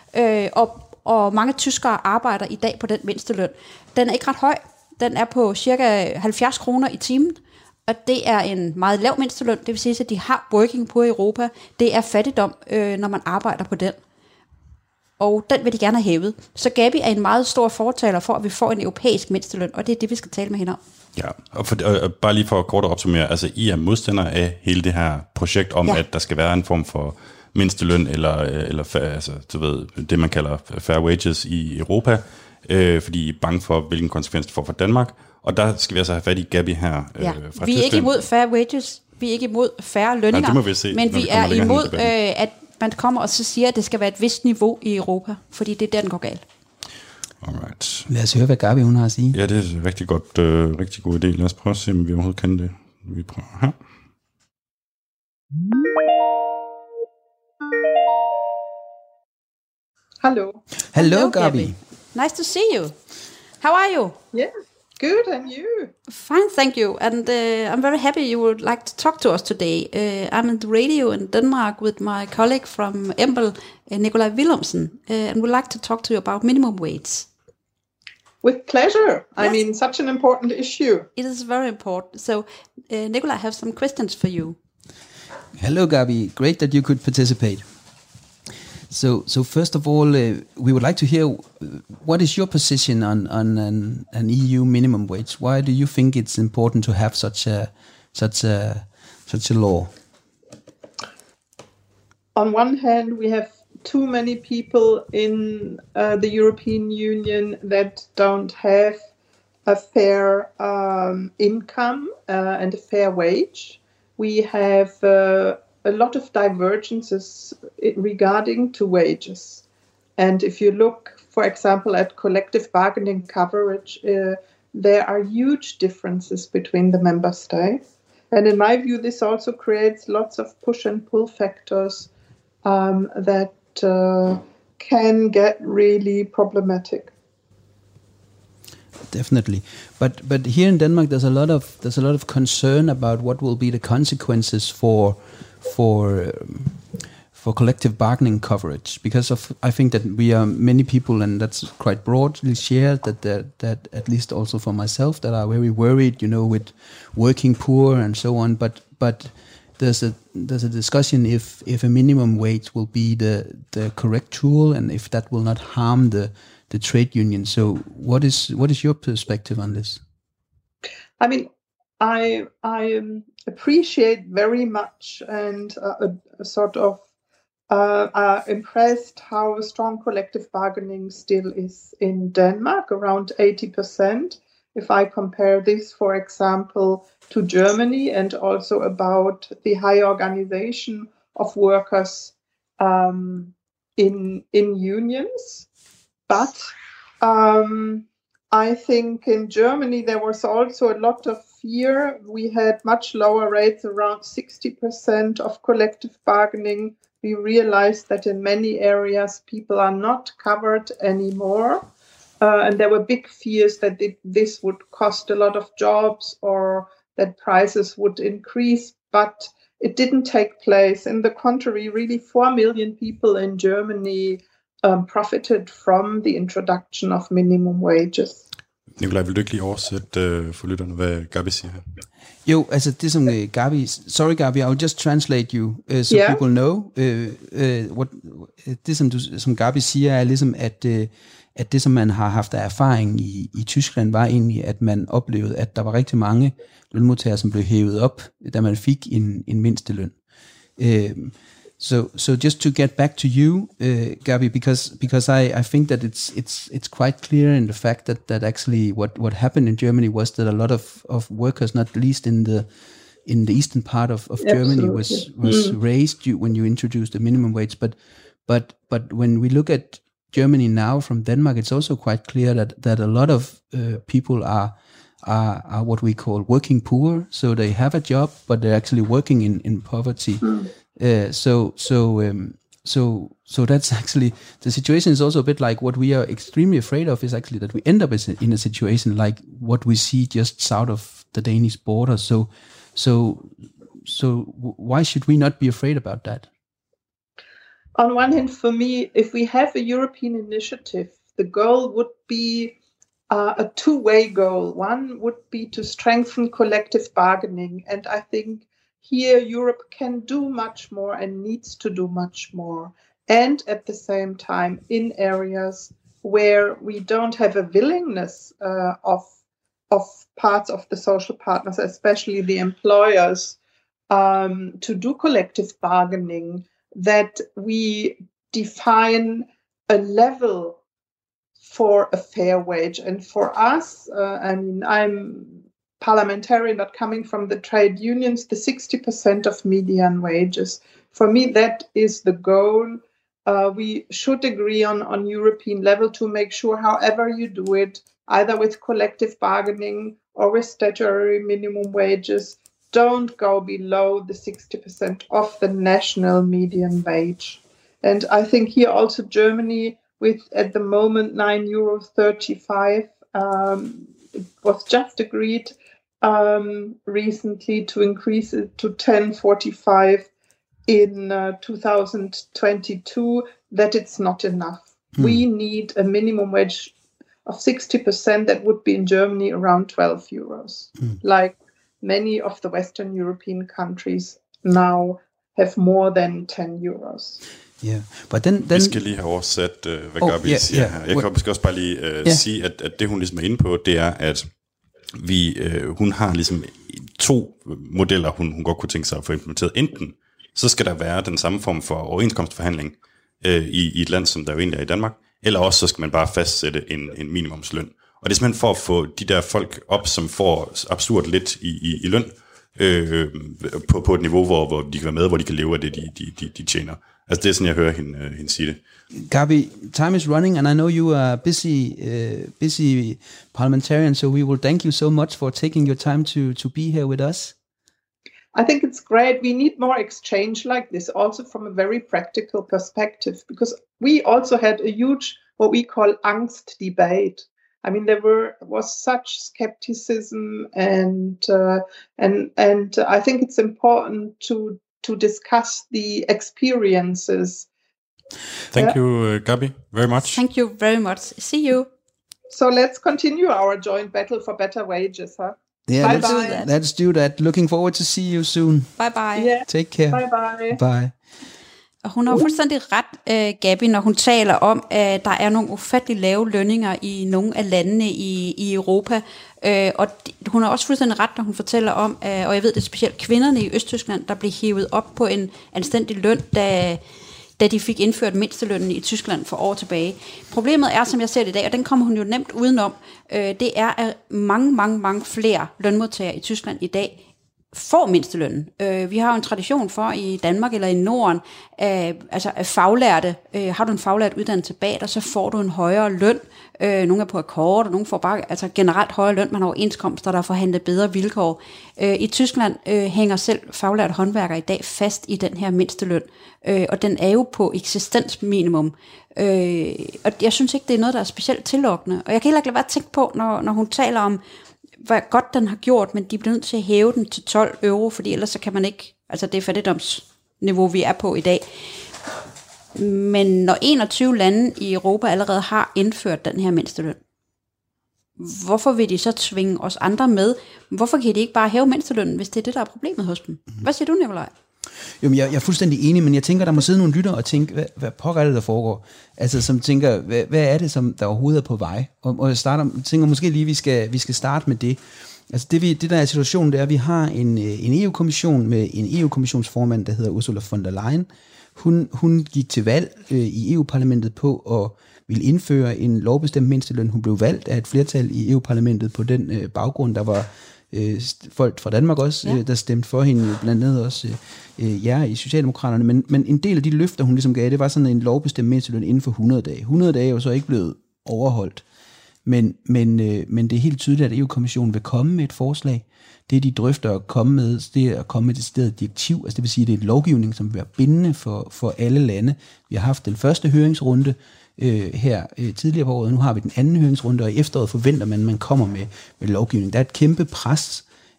og mange tyskere arbejder i dag på den mindsteløn. Den er ikke ret høj. Den er på cirka 70 kroner i timen, og det er en meget lav mindsteløn. Det vil sige, at de har working på Europa. Det er fattigdom, når man arbejder på den. og den vil de gerne have hævet. Så Gabi er en meget stor fortaler for, at vi får en europæisk mindsteløn, og det er det, vi skal tale med hende om. Ja, og bare lige for kort at opsummere, altså I er modstandere af hele det her projekt om, at der skal være en form for mindsteløn, eller altså, du ved, det man kalder fair wages i Europa, fordi I er bange for, hvilken konsekvens det får for Danmark. Og der skal vi altså have fat i Gabi her fra Tyskland. Vi er ikke imod fair wages, vi er ikke imod fair lønninger, men vi er imod, at man kommer og så siger, at det skal være et vist niveau i Europa, fordi det er der, den går galt. Alright. Lad os høre, hvad Gabi hun har at sige. Ja, det er en rigtig god idé. Lad os prøve at se, om vi overhovedet kan det. Vi prøver her. Hello, Gabi. Nice to see you. How are you? Yeah, good, and you? Fine, thank you. And I'm very happy you would like to talk to us today. I'm in the radio in Denmark with my colleague from Embel, Nikolaj Willumsen, and would like to talk to you about minimum wage. With pleasure. I mean, such an important issue. It is very important. So, Nikolaj, I have some questions for you. Hello, Gabi. Great that you could participate. So first of all, we would like to hear what is your position on an EU minimum wage? Why do you think it's important to have such a law? On one hand, we have too many people in the European Union that don't have a fair income and a fair wage. We have a lot of divergences regarding to wages. And if you look, for example, at collective bargaining coverage, there are huge differences between the member states. And in my view, this also creates lots of push and pull factors that can get really problematic. Definitely, but here in Denmark, there's a lot of concern about what will be the consequences for collective bargaining coverage, because I think that we are many people, and that's quite broadly shared, that at least also for myself, that are very worried, with working poor and so on. But there's a discussion if a minimum wage will be the correct tool, and if that will not harm the trade union. So what is your perspective on this? I mean, I appreciate very much and sort of are impressed how strong collective bargaining still is in Denmark, around 80%. If I compare this, for example, to Germany, and also about the high organization of workers in unions. But I think in Germany there was also a lot of fear. We had much lower rates, around 60% of collective bargaining. We realized that in many areas people are not covered anymore. And there were big fears that this would cost a lot of jobs or that prices would increase. But it didn't take place. In the contrary, really 4 million people in Germany profited from the introduction of minimum wages. Nikolaj, vil du ikke lige oversætte for lytterne, hvad Gabi siger her? Jo, altså det som Gabi... Sorry Gabi, I will just translate you, so people know. Det som Gabi siger er ligesom, at det som man har haft af erfaring i Tyskland, var egentlig, at man oplevede, at der var rigtig mange lønmodtagere, som blev hævet op, da man fik en mindsteløn. So just to get back to you, Gabi, because I think that it's quite clear in the fact that actually what happened in Germany was that a lot of workers, not least in the eastern part of Germany, was raised when you introduced the minimum wage. But when we look at Germany now from Denmark, it's also quite clear that a lot of people are what we call working poor. So they have a job, but they're actually working in poverty. So that's actually, the situation is also a bit like what we are extremely afraid of, is actually that we end up in a situation like what we see just south of the Danish border. So why should we not be afraid about that? On one hand, for me, if we have a European initiative, the goal would be a two-way goal. One would be to strengthen collective bargaining, and I think here Europe can do much more and needs to do much more. and at the same time in areas where we don't have a willingness of parts of the social partners, especially the employers, to do collective bargaining, that we define a level for a fair wage. And for us, I'm parliamentarian, but coming from the trade unions, the 60% of median wages. For me, that is the goal. We should agree on European level to make sure, however you do it, either with collective bargaining or with statutory minimum wages, don't go below the 60% of the national median wage. And I think here also Germany, with at the moment €9.35, it was just agreed recently to increase it to €10.45 in 2022, that it's not enough. We need a minimum wage of 60%. That would be in Germany around €12, like many of the Western European countries now have more than €10. Yeah, but then vi skal lige have oversat, hvad Gabi siger her. Jeg kan måske også bare lige sige, at det hun ligesom er inde på, det er, at hun har ligesom 2 modeller, hun godt kunne tænke sig at få implementeret. Enten så skal der være den samme form for overenskomstforhandling i et land, som der jo egentlig er i Danmark, eller også så skal man bare fastsætte en minimumsløn. Og det er simpelthen for at få de der folk op, som får absurd lidt i løn, på et niveau, hvor de kan være med, hvor de kan leve af det, de tjener. Altså det er sådan, jeg hører hende sige det. Gabi, time is running, and I know you are busy parliamentarian, so we will thank you so much for taking your time to be here with us. I think it's great. We need more exchange like this, also from a very practical perspective, because we also had a huge, what we call angst debate. I mean, there was such skepticism, and I think it's important to discuss the experiences. Thank you, Gabi, very much. Thank you very much. See you. So let's continue our joint battle for better wages, huh? Yeah, bye. Let's do that. Looking forward to see you soon. Bye bye. Yeah. Take care. Bye. Bye. Og hun har jo fuldstændig ret, Gabi, når hun taler om, at der er nogle ufattelig lave lønninger i nogle af landene i Europa. Og hun har også fuldstændig ret, når hun fortæller om, og jeg ved det specielt kvinderne i Østtyskland, der blev hævet op på en anstændig løn, da de fik indført mindstelønnen i Tyskland for år tilbage. Problemet er, som jeg ser det i dag, og den kommer hun jo nemt udenom, det er, at mange flere lønmodtagere i Tyskland i dag får mindstelønnen. Vi har jo en tradition for i Danmark eller i Norden, altså faglærte, har du en faglært uddannelse bag dig, så får du en højere løn. Nogle er på akkord, og nogle får bare generelt højere løn. Man har overenskomster, der har forhandlet bedre vilkår. I Tyskland hænger selv faglærte håndværkere i dag fast i den her mindsteløn, og den er jo på eksistensminimum. Og jeg synes ikke, det er noget, der er specielt tillokkende. Og jeg kan heller ikke lade være at tænke på, når hun taler om, hvor godt den har gjort, men de bliver nødt til at hæve den til €12, fordi ellers så kan man ikke, altså det er fattigdomsniveau, vi er på i dag. Men når 21 lande i Europa allerede har indført den her mindsteløn, hvorfor vil de så tvinge os andre med? Hvorfor kan de ikke bare hæve mindstelønnen, hvis det er det, der er problemet hos dem? Hvad siger du, Nikolaj? Jo, men jeg er fuldstændig enig, men jeg tænker, der må sidde nogle lyttere og tænke, hvad pokker er det, der foregår? Altså, som tænker, hvad er det, som der overhovedet er på vej? Og jeg tænker måske lige, vi skal starte med det. Altså, det der er situationen, det er, at vi har en EU-kommission med en EU-kommissionsformand, der hedder Ursula von der Leyen. Hun gik til valg i EU-parlamentet på at ville indføre en lovbestemt mindsteløn. Hun blev valgt af et flertal i EU-parlamentet på den baggrund, der var folk fra Danmark også, der stemte for hende, blandt andet også jer i Socialdemokraterne, men en del af de løfter, hun ligesom gav, det var sådan en lovbestemt mindsteløn inden for 100 dage. 100 dage er jo så ikke blevet overholdt, men det er helt tydeligt, at EU-kommissionen vil komme med et forslag. Det, de drøfter at komme med, det er at komme med et stedet direktiv, altså det vil sige, at det er et lovgivning, som vil være bindende for alle lande. Vi har haft den første høringsrunde her tidligere på året, nu har vi den anden høringsrunde, og i efteråret forventer man kommer med lovgivning. Der er et kæmpe pres,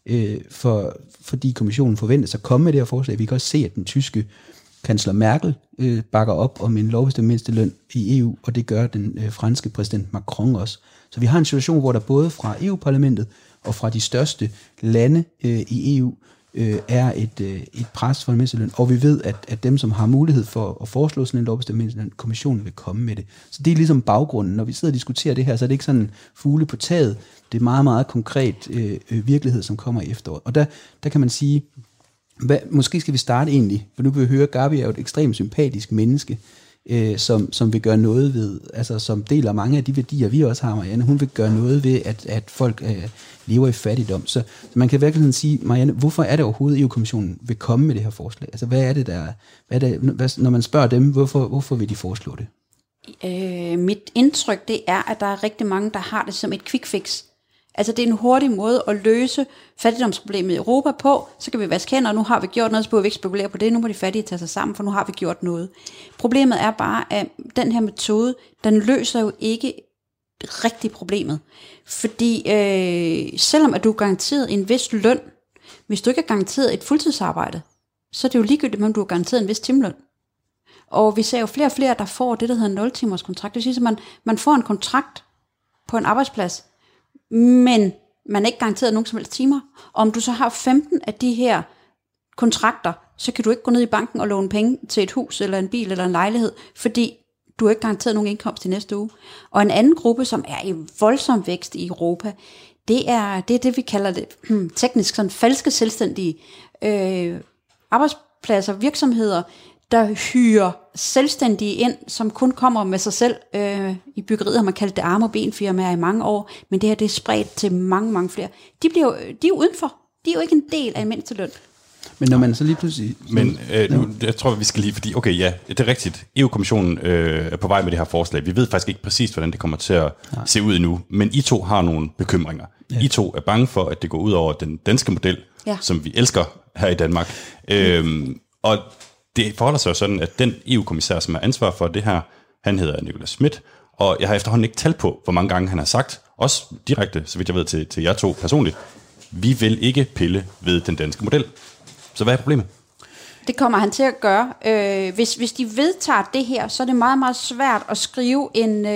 fordi kommissionen forventer sig at komme med det her forslag. Vi kan også se, at den tyske kansler Merkel bakker op om en lovbestemt mindsteløn i EU, og det gør den franske præsident Macron også. Så vi har en situation, hvor der både fra EU-parlamentet og fra de største lande i EU er et pres for en mindsteløn, og vi ved, at dem, som har mulighed for at foreslå sådan en lovbestemt mindsteløn, kommissionen vil komme med det. Så det er ligesom baggrunden. Når vi sidder og diskuterer det her, så er det ikke sådan fugle på taget. Det er meget, meget konkret virkelighed, som kommer i efteråret. Og der kan man sige, måske skal vi starte egentlig, for nu kan vi høre, at Gabi er jo et ekstremt sympatisk menneske, som vil gøre noget ved, altså som deler mange af de værdier, vi også har, Marianne. Hun vil gøre noget ved, at folk lever i fattigdom. Så man kan virkelig sige, Marianne, hvorfor er det overhovedet, EU-kommissionen vil komme med det her forslag? Altså hvad er det, når man spørger dem, hvorfor vil de foreslå det? Mit indtryk, det er, at der er rigtig mange, der har det som et quick fix. Altså det er en hurtig måde at løse fattigdomsproblemet i Europa på, så kan vi vaske hænder, og nu har vi gjort noget, så behøver vi ikke spekulere på det, nu må de fattige tage sig sammen, for nu har vi gjort noget. Problemet er bare, at den her metode, den løser jo ikke rigtig problemet. Fordi selvom at du er garanteret en vis løn, hvis du ikke er garanteret et fuldtidsarbejde, så er det jo ligegyldigt, om du er garanteret en vis timeløn. Og vi ser jo flere og flere, der får det, der hedder en 0-timers kontrakt. Det vil sige, at man får en kontrakt på en arbejdsplads, men man er ikke garanteret nogen som helst timer. Og om du så har 15 af de her kontrakter, så kan du ikke gå ned i banken og låne penge til et hus, eller en bil, eller en lejlighed, fordi du er ikke garanteret nogen indkomst i næste uge. Og en anden gruppe, som er i voldsom vækst i Europa, det er det, vi kalder det teknisk sådan falske selvstændige arbejdspladser, virksomheder, der hyrer selvstændige ind, som kun kommer med sig selv. I byggeriet har man kaldt det arme- og benfirmaer i mange år, men det her det er spredt til mange, mange flere. De er jo udenfor. De er jo ikke en del af en mindsteløn. Men når man så lige pludselig... Men nu, jeg tror, vi skal lige... Fordi, okay, ja, det er rigtigt. EU-kommissionen er på vej med det her forslag. Vi ved faktisk ikke præcis, hvordan det kommer til at se ud endnu. Men I to har nogle bekymringer. Ja. I to er bange for, at det går ud over den danske model, som vi elsker her i Danmark. Og det forholder sig jo sådan, at den EU-kommissær, som er ansvar for det her, han hedder Nicolas Schmidt, og jeg har efterhånden ikke tal på, hvor mange gange han har sagt, også direkte, så vidt jeg ved til jer to personligt, vi vil ikke pille ved den danske model. Så hvad er problemet? Det kommer han til at gøre. Hvis de vedtager det her, så er det meget, meget svært at skrive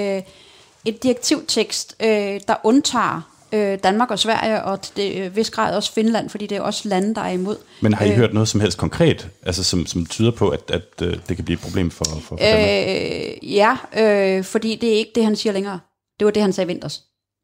et direktivtekst, der undtager Danmark og Sverige, og til vis grad også Finland, fordi det er også lande, der er imod. Men har I hørt noget som helst konkret, altså som tyder på, at det kan blive et problem for Danmark? Ja, fordi det er ikke det, han siger længere. Det var det, han sagde vinters.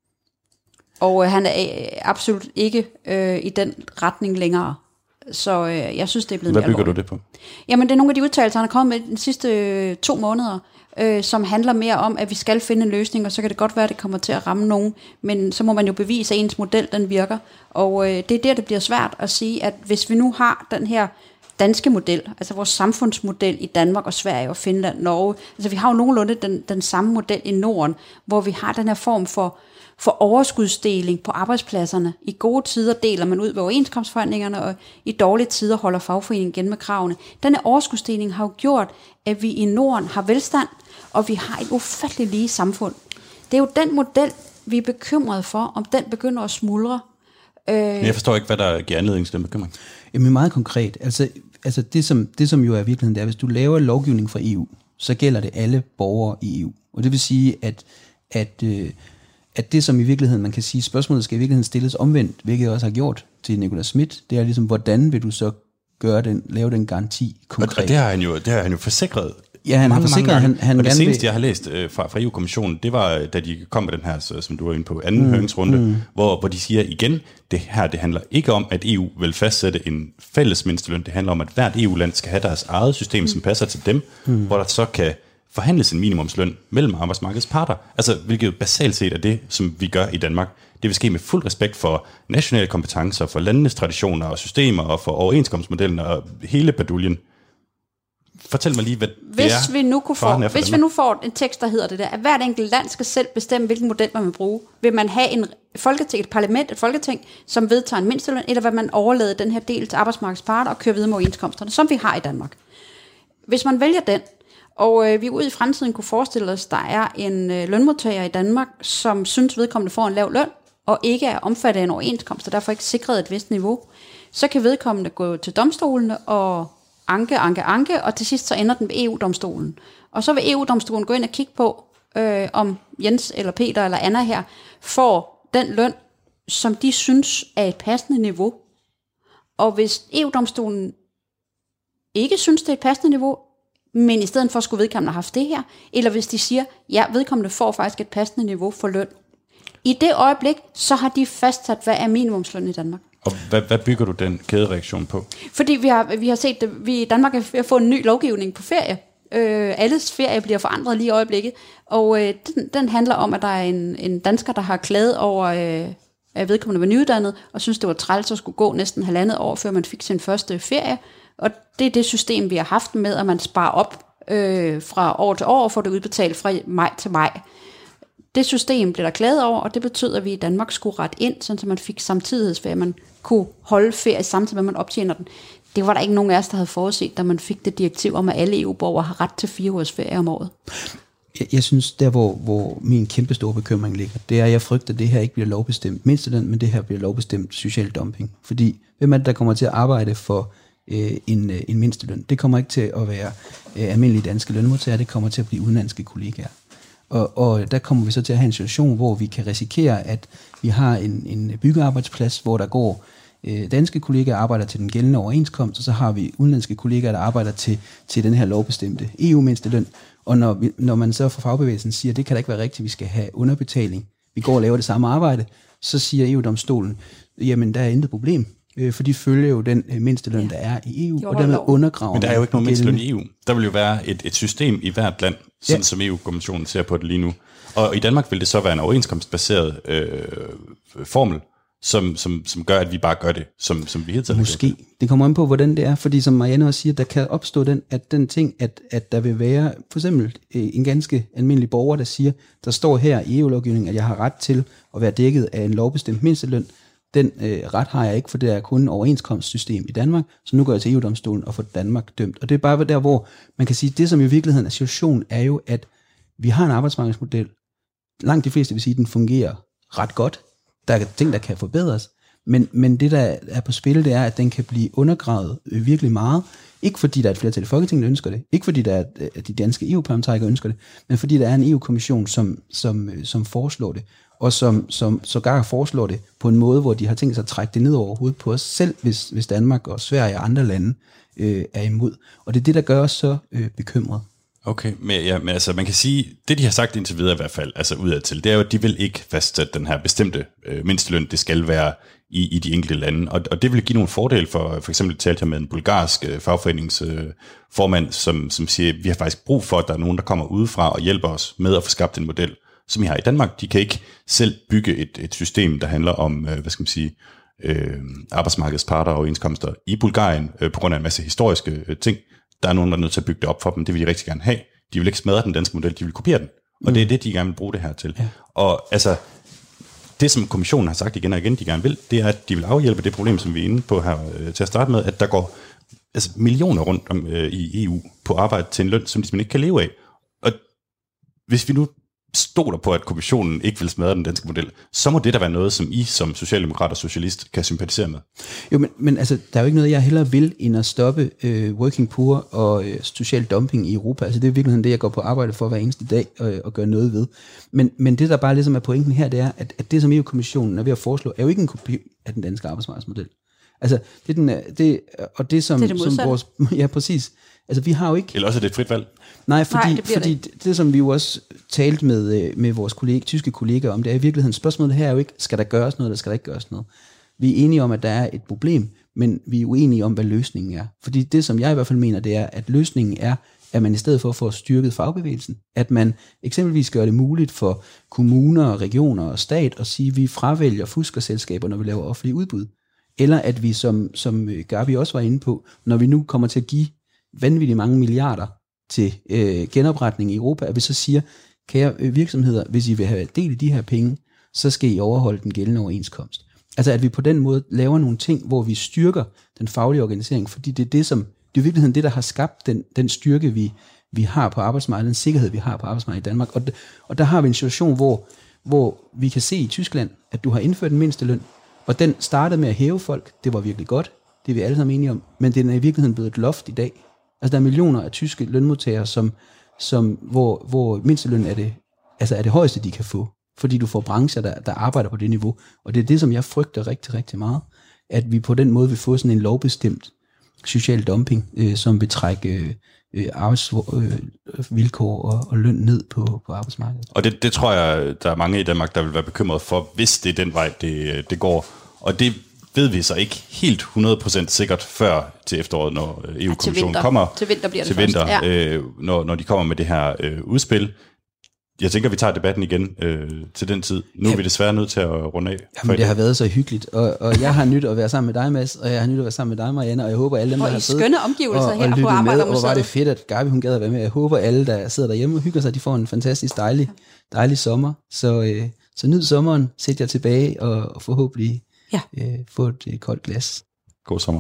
Og han er absolut ikke i den retning længere. Så jeg synes, det er blevet mere alvorligt. Hvad bygger du det på? Jamen, det er nogle af de udtalelser, han er kommet med de sidste 2 måneder, som handler mere om, at vi skal finde en løsning, og så kan det godt være, at det kommer til at ramme nogen, men så må man jo bevise, at ens model, den virker. Og det er der, det bliver svært at sige, at hvis vi nu har den her danske model, altså vores samfundsmodel i Danmark og Sverige og Finland, Norge, altså vi har jo nogenlunde den samme model i Norden, hvor vi har den her form for overskudsdeling på arbejdspladserne. I gode tider deler man ud ved overenskomstforhandlingerne, og i dårlige tider holder fagforeningen igen med kravene. Denne overskudsdeling har jo gjort, at vi i Norden har velstand, og vi har et ufattelig lige samfund. Det er jo den model, vi er bekymrede for, om den begynder at smuldre. Men jeg forstår ikke, hvad der giver anledning til den bekymring. Jamen meget konkret. Altså det, som jo er virkeligheden, det er, hvis du laver lovgivning fra EU, så gælder det alle borgere i EU. Og det vil sige, at det, som i virkeligheden, man kan sige, spørgsmålet skal i virkeligheden stilles omvendt, hvilket jeg også har gjort til Nicolas Schmidt, det er ligesom, hvordan vil du så lave den garanti konkret? Og det har han jo forsikret. Ja, han har forsikret, han og det seneste, jeg har læst fra EU-kommissionen, det var, da de kom med den her, som du var inde på, anden høringsrunde, hvor de siger igen, det handler ikke om, at EU vil fastsætte en fælles mindsteløn, det handler om, at hvert EU-land skal have deres eget system, som passer til dem, hvor der så kan forhandles en minimumsløn mellem arbejdsmarkedets parter. Altså, hvilket basalt set er det, som vi gør i Danmark. Det vil ske med fuld respekt for nationale kompetencer, for landenes traditioner og systemer, og for overenskomstmodellen og hele baduljen. Fortæl mig lige, hvad hvis vi nu får en tekst, der hedder det der, at hvert enkelt land skal selv bestemme, hvilken model man vil bruge. Vil man have et folketing, som vedtager en mindsteløn, eller vil man overlade den her del til arbejdsmarkedets parter og køre videre med overenskomsterne, som vi har i Danmark? Hvis man vælger den, og vi ude i fremtiden kunne forestille os, at der er en lønmodtager i Danmark, som synes vedkommende får en lav løn, og ikke er omfattet af en overenskomst, og derfor ikke sikret et vist niveau, så kan vedkommende gå til domstolene og anke, og til sidst så ender den ved EU-domstolen. Og så vil EU-domstolen gå ind og kigge på, om Jens eller Peter eller Anna her får den løn, som de synes er et passende niveau. Og hvis EU-domstolen ikke synes, det er et passende niveau, men i stedet for skulle vedkommende have haft det her, eller hvis de siger, ja, vedkommende får faktisk et passende niveau for løn. I det øjeblik, så har de fastsat, hvad er minimumsløn i Danmark. Og hvad bygger du den kædereaktion på? Fordi vi har set, at vi i Danmark er ved at få en ny lovgivning på ferie. Alles ferie bliver forandret lige i øjeblikket, og den handler om, at der er en dansker, der har klaget over, at vedkommende var nyuddannet, og synes, det var træls at skulle gå næsten 1,5 år, før man fik sin første ferie. Og det er det system, vi har haft med, at man sparer op fra år til år, og får det udbetalt fra maj til maj. Det system blev der klaget over, og det betød, at vi i Danmark skulle rette ind, så man fik samtidighedsferie, man kunne holde ferie samtidig med, at man optjener den. Det var der ikke nogen af os, der havde forudset, da man fik det direktiv om, at alle EU-borgere har ret til 4 ugers ferie om året. Jeg synes, der hvor min kæmpe store bekymring ligger, det er, at jeg frygter, at det her ikke bliver lovbestemt mindsteløn, men det her bliver lovbestemt social dumping. Fordi hvem er det, der kommer til at arbejde for en mindsteløn? Det kommer ikke til at være almindelige danske lønmodtagere, det kommer til at blive udenlandske kollegaer. Og der kommer vi så til at have en situation, hvor vi kan risikere, at vi har en byggearbejdsplads, hvor der går danske kollegaer, der arbejder til den gældende overenskomst, og så har vi udenlandske kollegaer, der arbejder til den her lovbestemte EU-mindsteløn. Og når man så fra fagbevægelsen siger, at det kan da ikke være rigtigt, vi skal have underbetaling, vi går og laver det samme arbejde, så siger EU-domstolen, jamen der er intet problem, for de følger jo den mindsteløn, der er i EU, og dermed undergraver. Men der er jo ikke nogen mindsteløn i EU. Der vil jo være et system i hvert land, sådan som EU-kommissionen ser på det lige nu. Og i Danmark vil det så være en overenskomstbaseret formel, som gør, at vi bare gør det, som vi hele tiden måske. Det kommer an på, hvordan det er, fordi som Marianne også siger, der kan opstå den ting, at der vil være for eksempel en ganske almindelig borger, der siger, der står her i EU-lovgivningen, at jeg har ret til at være dækket af en lovbestemt mindsteløn. Den ret har jeg ikke, for det er kun et overenskomstsystem i Danmark, så nu går jeg til EU-domstolen og får Danmark dømt. Og det er bare der, hvor man kan sige, det som i virkeligheden er situationen, er jo, at vi har en arbejdsmarkedsmodel. Langt de fleste vil sige, at den fungerer ret godt. Der er ting, der kan forbedres, men det, der er på spil, det er, at den kan blive undergravet virkelig meget. Ikke fordi der er et flertal i Folketinget, der ønsker det. Ikke fordi der er de danske EU-parlamentarikere ønsker det, men fordi der er en EU-kommission, som foreslår det, og som sågar foreslår det på en måde, hvor de har tænkt sig at trække det ned over hovedet på os selv, hvis Danmark og Sverige og andre lande er imod. Og det er det, der gør os så bekymret. Okay, men altså man kan sige, det de har sagt indtil videre i hvert fald, altså udadtil, det er jo, at de vil ikke fastsætte den her bestemte mindsteløn, det skal være i de enkelte lande, og det vil give nogle fordele for eksempel talte jeg med en bulgarsk fagforeningsformand, som siger, vi har faktisk brug for, at der er nogen, der kommer udefra og hjælper os med at få skabt en model, som I har i Danmark. De kan ikke selv bygge et system, der handler om, arbejdsmarkedets parter og overenskomster i Bulgarien, på grund af en masse historiske ting. Der er nogen, der er nødt til at bygge det op for dem. Det vil de rigtig gerne have. De vil ikke smadre den danske model, de vil kopiere den. Og det er det, de gerne vil bruge det her til. Ja. Og altså, det som kommissionen har sagt igen og igen, de gerne vil, det er, at de vil afhjælpe det problem, som vi er inde på her til at starte med, at der går millioner rundt om i EU på arbejde til en løn, som de simpelthen ikke kan leve af. Og hvis vi nu stoler på, at kommissionen ikke vil smadre den danske model, så må det da være noget, som I som socialdemokrat og socialist kan sympatisere med. Jo, men altså, der er jo ikke noget, jeg hellere vil, end at stoppe working poor og social dumping i Europa. Altså, det er virkelig det, jeg går på arbejde for hver eneste dag og gør noget ved. Men det, der bare ligesom er pointen her, det er, at det, som EU-kommissionen er ved at foreslå, er jo ikke en kopi af den danske arbejdsmarkedsmodel. Altså, det som vores... Ja, præcis. Altså, vi har jo ikke... Eller også er det et frit valg? Nej, fordi det, som vi jo også talte med vores tyske kollegaer om, det er i virkeligheden spørgsmålet her er jo ikke, skal der gøres noget, eller skal der ikke gøres noget? Vi er enige om, at der er et problem, men vi er uenige om, hvad løsningen er. Fordi det, som jeg i hvert fald mener, det er, at løsningen er, at man i stedet for at få styrket fagbevægelsen, at man eksempelvis gør det muligt for kommuner, regioner og stat at sige, at vi fravælger fuskerselskaber, når vi laver offentlige udbud. Eller at vi, som Gabi også var inde på, når vi nu kommer til at give vanvittigt mange milliarder til genopretning i Europa, at vi så siger, kære virksomheder, hvis I vil have del i de her penge, så skal I overholde den gældende overenskomst. Altså at vi på den måde laver nogle ting, hvor vi styrker den faglige organisering, fordi det er det, som det er i virkeligheden det, der har skabt den styrke, vi har på arbejdsmarkedet, den sikkerhed, vi har på arbejdsmarkedet i Danmark. Og der har vi en situation, hvor vi kan se i Tyskland, at du har indført en mindsteløn, og den startede med at hæve folk. Det var virkelig godt. Det er vi alle sammen enige om. Men den er i virkeligheden blevet et loft i dag. Altså der er millioner af tyske lønmodtagere, hvor mindsteløn er det højeste, de kan få. Fordi du får brancher, der arbejder på det niveau. Og det er det, som jeg frygter rigtig, rigtig meget. at vi på den måde vil få sådan en lovbestemt social dumping, som vil trække arbejdsvilkår og løn ned på arbejdsmarkedet. Og det tror jeg, der er mange i Danmark, der vil være bekymret for, hvis det er den vej, det går. Og det ved vi så ikke helt 100% sikkert før til efteråret, når EU-kommissionen kommer. Til vinter bliver det til vinter, først. når de kommer med det her udspil. Jeg tænker, vi tager debatten igen til den tid. Nu er vi desværre nødt til at runde af. Jamen, det har været så hyggeligt, og jeg har nyt at være sammen med dig, Mads, og jeg har nyt at være sammen med dig, Marianne, og jeg håber, alle dem, der har siddet skønne omgivelser og her på Arbejdermuseet. Og var det fedt, at Gabi, hun gad at være med. Jeg håber, alle, der sidder derhjemme og hygger sig, de får en fantastisk dejlig sommer. Så nyd sommeren, sæt jer tilbage og forhåbentlig få et koldt glas. God sommer.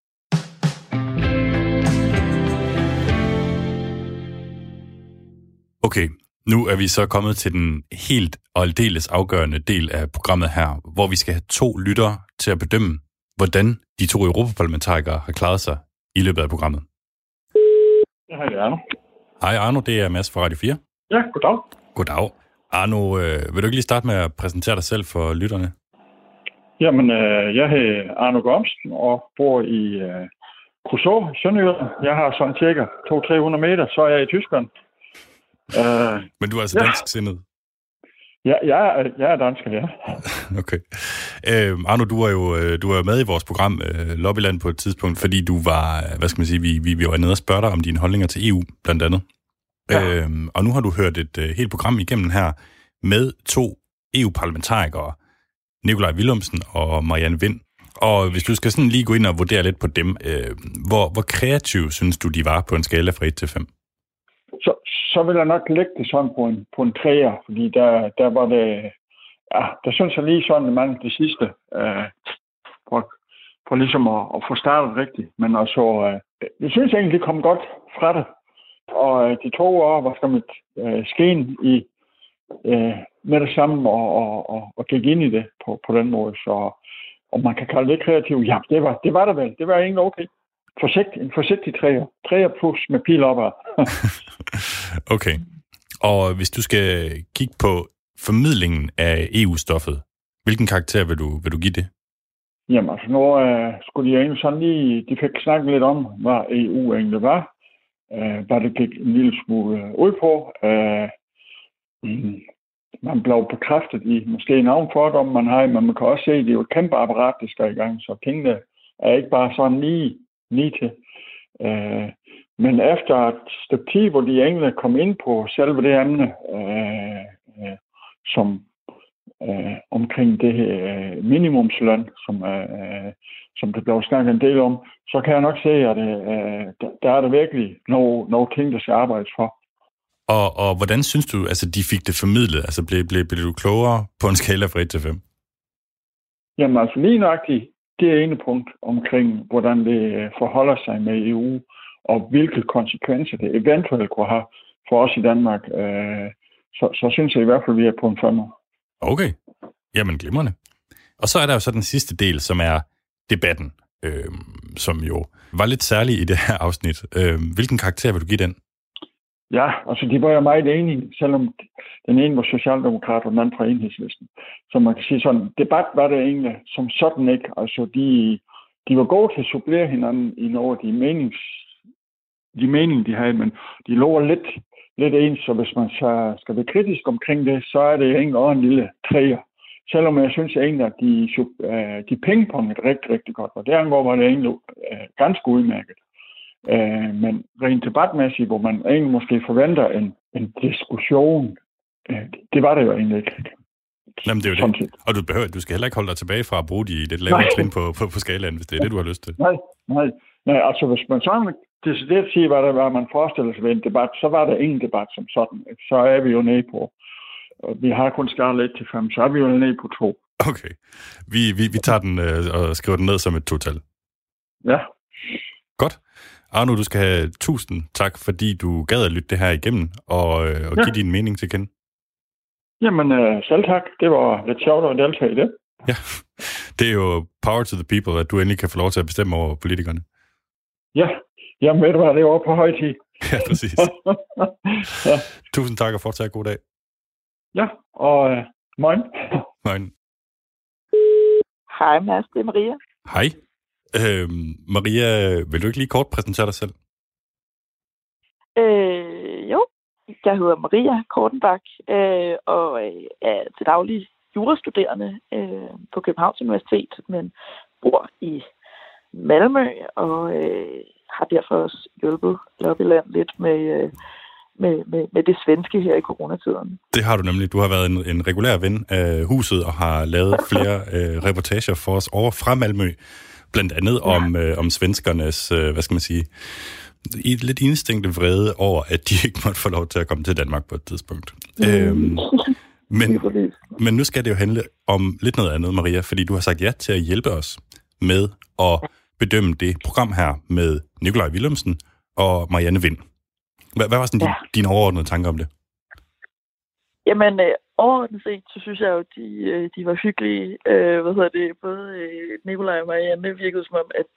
Okay. Nu er vi så kommet til den helt og aldeles afgørende del af programmet her, hvor vi skal have 2 lyttere til at bedømme, hvordan de 2 europaparlamentarikere har klaret sig i løbet af programmet. Hej, det er Arno. Hej Arno, det er Mads fra Radio 4. Ja, goddag. Goddag. Arno, vil du ikke lige starte med at præsentere dig selv for lytterne? Jamen, jeg hedder Arno Gormsen og bor i Kruså, Sønderjylland. Jeg har sådan cirka 200-300 meter, så er jeg i Tyskland. Men du er altså dansksindet? Ja, jeg er dansker, ja. Okay. Arno, du var med i vores program Lobbyland på et tidspunkt, fordi du var, hvad skal man sige, vi var nede og spørge dig om dine holdninger til EU, blandt andet. Ja. Og nu har du hørt et helt program igennem her med 2 EU-parlamentarikere, Nikolaj Villumsen og Marianne Vind. Og hvis du skal sådan lige gå ind og vurdere lidt på dem, hvor kreativ synes du, de var på en skala fra 1 til 5? Så vil jeg nok lægge det sådan på en 3'er, fordi der var det, der synes jeg lige sådan, man det sidste, for ligesom at få startet rigtigt. Men altså, jeg synes egentlig, det kom godt fra det. Og de 2 år var som et sken i med det samme og gik ind i det på den måde. Så om man kan kalde det kreativt, ja, det var det vel. Det var egentlig okay. En forsigtig 3'er. 3'er plus med pil opad. Okay. Og hvis du skal kigge på formidlingen af EU-stoffet, hvilken karakter vil du give det? Jamen, altså nu skulle de egentlig sådan lige, de fik snakket lidt om, hvad EU egentlig var. Hvad det gik en lille smule ud på. Man blev bekræftet i måske en fordom, man har, men man kan også se, at det er jo et kæmpe apparat, der skal i gang, så tingene er ikke bare sådan lige til. Men efter et stykke tid, hvor de egentlig kom ind på selve det emne, som omkring det her minimumsløn, som det blev snakket en del om, så kan jeg nok se, at der er det virkelig nogle ting, der skal arbejdes for. Og hvordan synes du, altså de fik det formidlet? Altså blev du klogere på en skala fra 1 til 5? Jamen altså lige nøjagtigt, det er ene punkt omkring, hvordan det forholder sig med EU, og hvilke konsekvenser det eventuelt kunne have for os i Danmark. Så synes jeg i hvert fald, vi er på en 5'er. Okay. Jamen glimrende. Og så er der jo så den sidste del, som er debatten, som jo var lidt særlig i det her afsnit. Hvilken karakter vil du give den? Ja, altså de var jo meget enige, selvom den ene var socialdemokrat, og den anden fra Enhedslisten. Så man kan sige sådan, debat var det egentlig som sådan ikke. Altså de var gode til at supplere hinanden i nogle af de meninger, de havde, men de lå lidt ens, så hvis man skal være kritisk omkring det, så er det egentlig også en lille 3'er. Selvom jeg synes egentlig, at de pingpongede rigtig, rigtig godt, og det angår var det egentlig ganske udmærket. Men rent debatmæssigt, hvor man egentlig måske forventer en diskussion, det var det jo egentlig ikke. Jamen, det er jo det. Og du skal heller ikke holde dig tilbage fra at bruge de lidt lavere trin på skalaen, hvis det er det, du har lyst til. Nej, altså hvis man sådan decideret siger, hvad man forestiller sig ved en debat, så var der ingen debat som sådan. Så er vi jo nede på, vi har kun skåret lidt til 5, så er vi jo nede på 2. Okay. Vi tager den og skriver den ned som et 2-tal. Ja. Godt. Arno, du skal have 1000 tak, fordi du gad at lytte det her igennem og give din mening til kende. Jamen, selv tak. Det var lidt sjovt at deltage i det. Ja, det er jo power to the people, at du endelig kan få lov til at bestemme over politikerne. Ja, jamen ved du hvad, det er over på høj tid. Ja, præcis. Ja. 1000 tak og fortsat god dag. Ja, og morgen. Morgen. Hej Mads, det er Maria. Hej. Maria, vil du ikke lige kort præsentere dig selv? Jo, jeg hedder Maria Kortenbach og er til daglig jurastuderende på Københavns Universitet, men bor i Malmø og har derfor også hjulpet Lobbyland lidt med det svenske her i coronatiden. Det har du nemlig. Du har været en regulær ven af huset og har lavet flere reportager for os over fra Malmø, blandt andet om svenskernes, hvad skal man sige, lidt indstinkte vrede over, at de ikke måtte få lov til at komme til Danmark på et tidspunkt. Men nu skal det jo handle om lidt noget andet, Maria, fordi du har sagt ja til at hjælpe os med at bedømme det program her med Nikolaj Villumsen og Marianne Vind. Hvad var sådan dine overordnede tanker om det? Jamen, overordnet set, så synes jeg jo, de var hyggelige. Både Nikolaj og Marianne virkede som om, at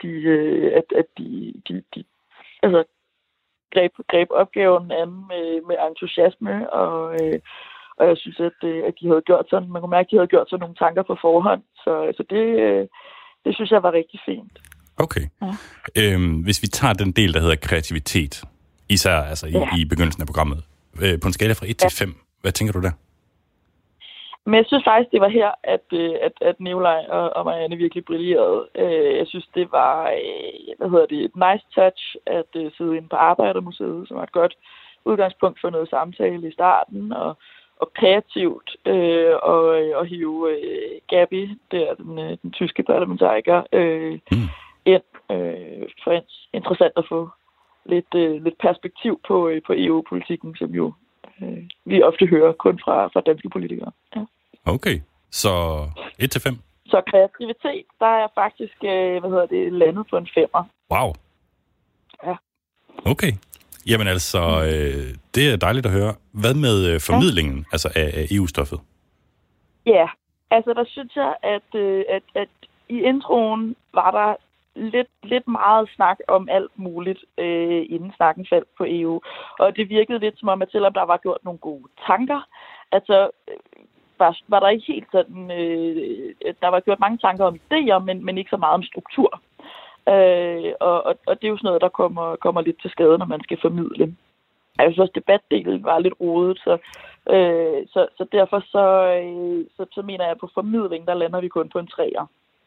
de altså, greb opgaven an med entusiasme, og jeg synes, at de havde gjort sådan, man kunne mærke, at de havde gjort sådan nogle tanker på forhånd, så det synes jeg var rigtig fint. Okay. Ja. Hvis vi tager den del, der hedder kreativitet, især altså i begyndelsen af programmet, på en skala fra 1 til 5, hvad tænker du der? Men jeg synes faktisk, det var her, at Nikolaj og Marianne virkelig brillerede. Jeg synes, det var et nice touch at sidde inde på Arbejdermuseet, som var et godt udgangspunkt for noget samtale i starten, og kreativt og hive Gabi, der den tyske parlamentariker, ind. For interessant at få lidt perspektiv på EU-politikken, som jo vi ofte hører kun fra danske politikere. Ja. Okay, så 1 til 5? Så kreativitet, der er jeg faktisk landet på en 5'er. Wow. Ja. Okay. Jamen altså, det er dejligt at høre. Hvad med formidlingen altså af EU-stoffet? Ja, altså der synes jeg, at i introen var der lidt meget snak om alt muligt, inden snakken faldt på EU. Og det virkede lidt som om, at selvom der var gjort nogle gode tanker, altså var der ikke helt sådan, der var gjort mange tanker om idéer, men ikke så meget om struktur. Og det er jo sådan noget, der kommer lidt til skade, når man skal formidle. Jeg synes også, debatdelen var lidt rodet, så derfor så mener jeg, at på formidling, der lander vi kun på en 3'er.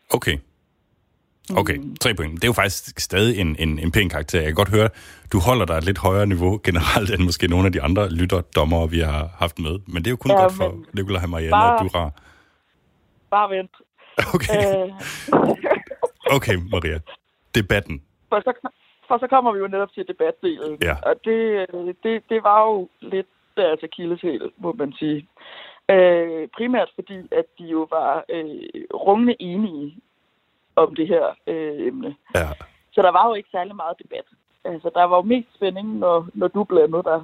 Okay, 3 point. Det er jo faktisk stadig en pæn karakter. Jeg kan godt høre, du holder dig et lidt højere niveau generelt, end måske nogle af de andre lytterdommere, vi har haft med. Men det er jo kun godt for Nikolaj og Marianne, at du har... Bare vent. Okay, Maria. Debatten. For så kommer vi jo netop til debatdelen. Ja. Og det var jo lidt deres akilleshæl, må man sige. Primært fordi, at de jo var rungende enige om det her emne. Ja. Så der var jo ikke særlig meget debat. Altså, der var jo mest spænding, når du blandede dig.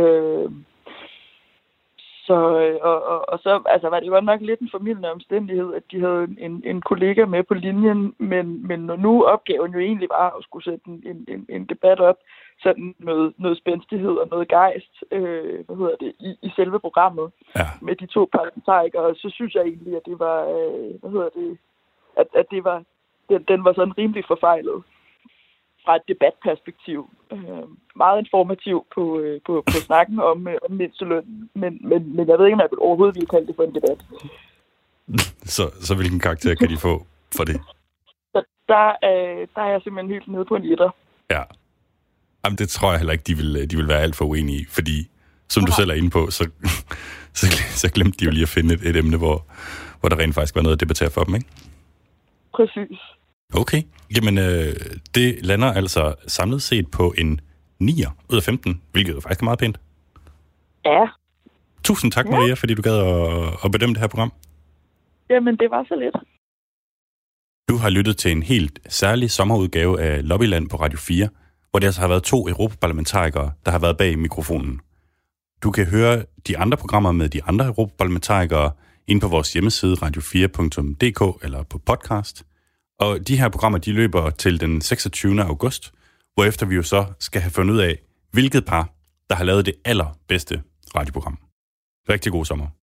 Så altså, var det jo nok lidt en formildende omstændighed, at de havde en kollega med på linjen, men når nu opgaven jo egentlig var at skulle sætte en debat op, sådan noget spændstighed og noget gejst, i selve programmet, med de to parlamentarikere, så synes jeg egentlig, at det var, at det var, den var sådan rimelig forfejlet fra et debatperspektiv. Meget informativ på snakken om mindsteløn, men jeg ved ikke, om jeg overhovedet ville kalde det for en debat. Så hvilken karakter kan de få for det? Så der er jeg simpelthen helt nede på en 1'er. Ja. Jamen, det tror jeg heller ikke, de vil være alt for uenige i, fordi som du selv er inde på, så glemte de jo lige at finde et emne, hvor der rent faktisk var noget at debattere for dem, ikke? Præcis. Okay. Jamen, det lander altså samlet set på en 9'er ud af 15, hvilket jo faktisk er meget pænt. Ja. Tusind tak, Maria, fordi du gad at bedømme det her program. Jamen, det var så lidt. Du har lyttet til en helt særlig sommerudgave af Lobbyland på Radio 4, hvor der altså har været 2 europaparlamentarikere, der har været bag mikrofonen. Du kan høre de andre programmer med de andre europaparlamentarikere inde på vores hjemmeside radio4.dk eller på podcast. Og de her programmer, de løber til den 26. august, hvorefter vi jo så skal have fundet ud af, hvilket par, der har lavet det allerbedste radioprogram. Rigtig god sommer.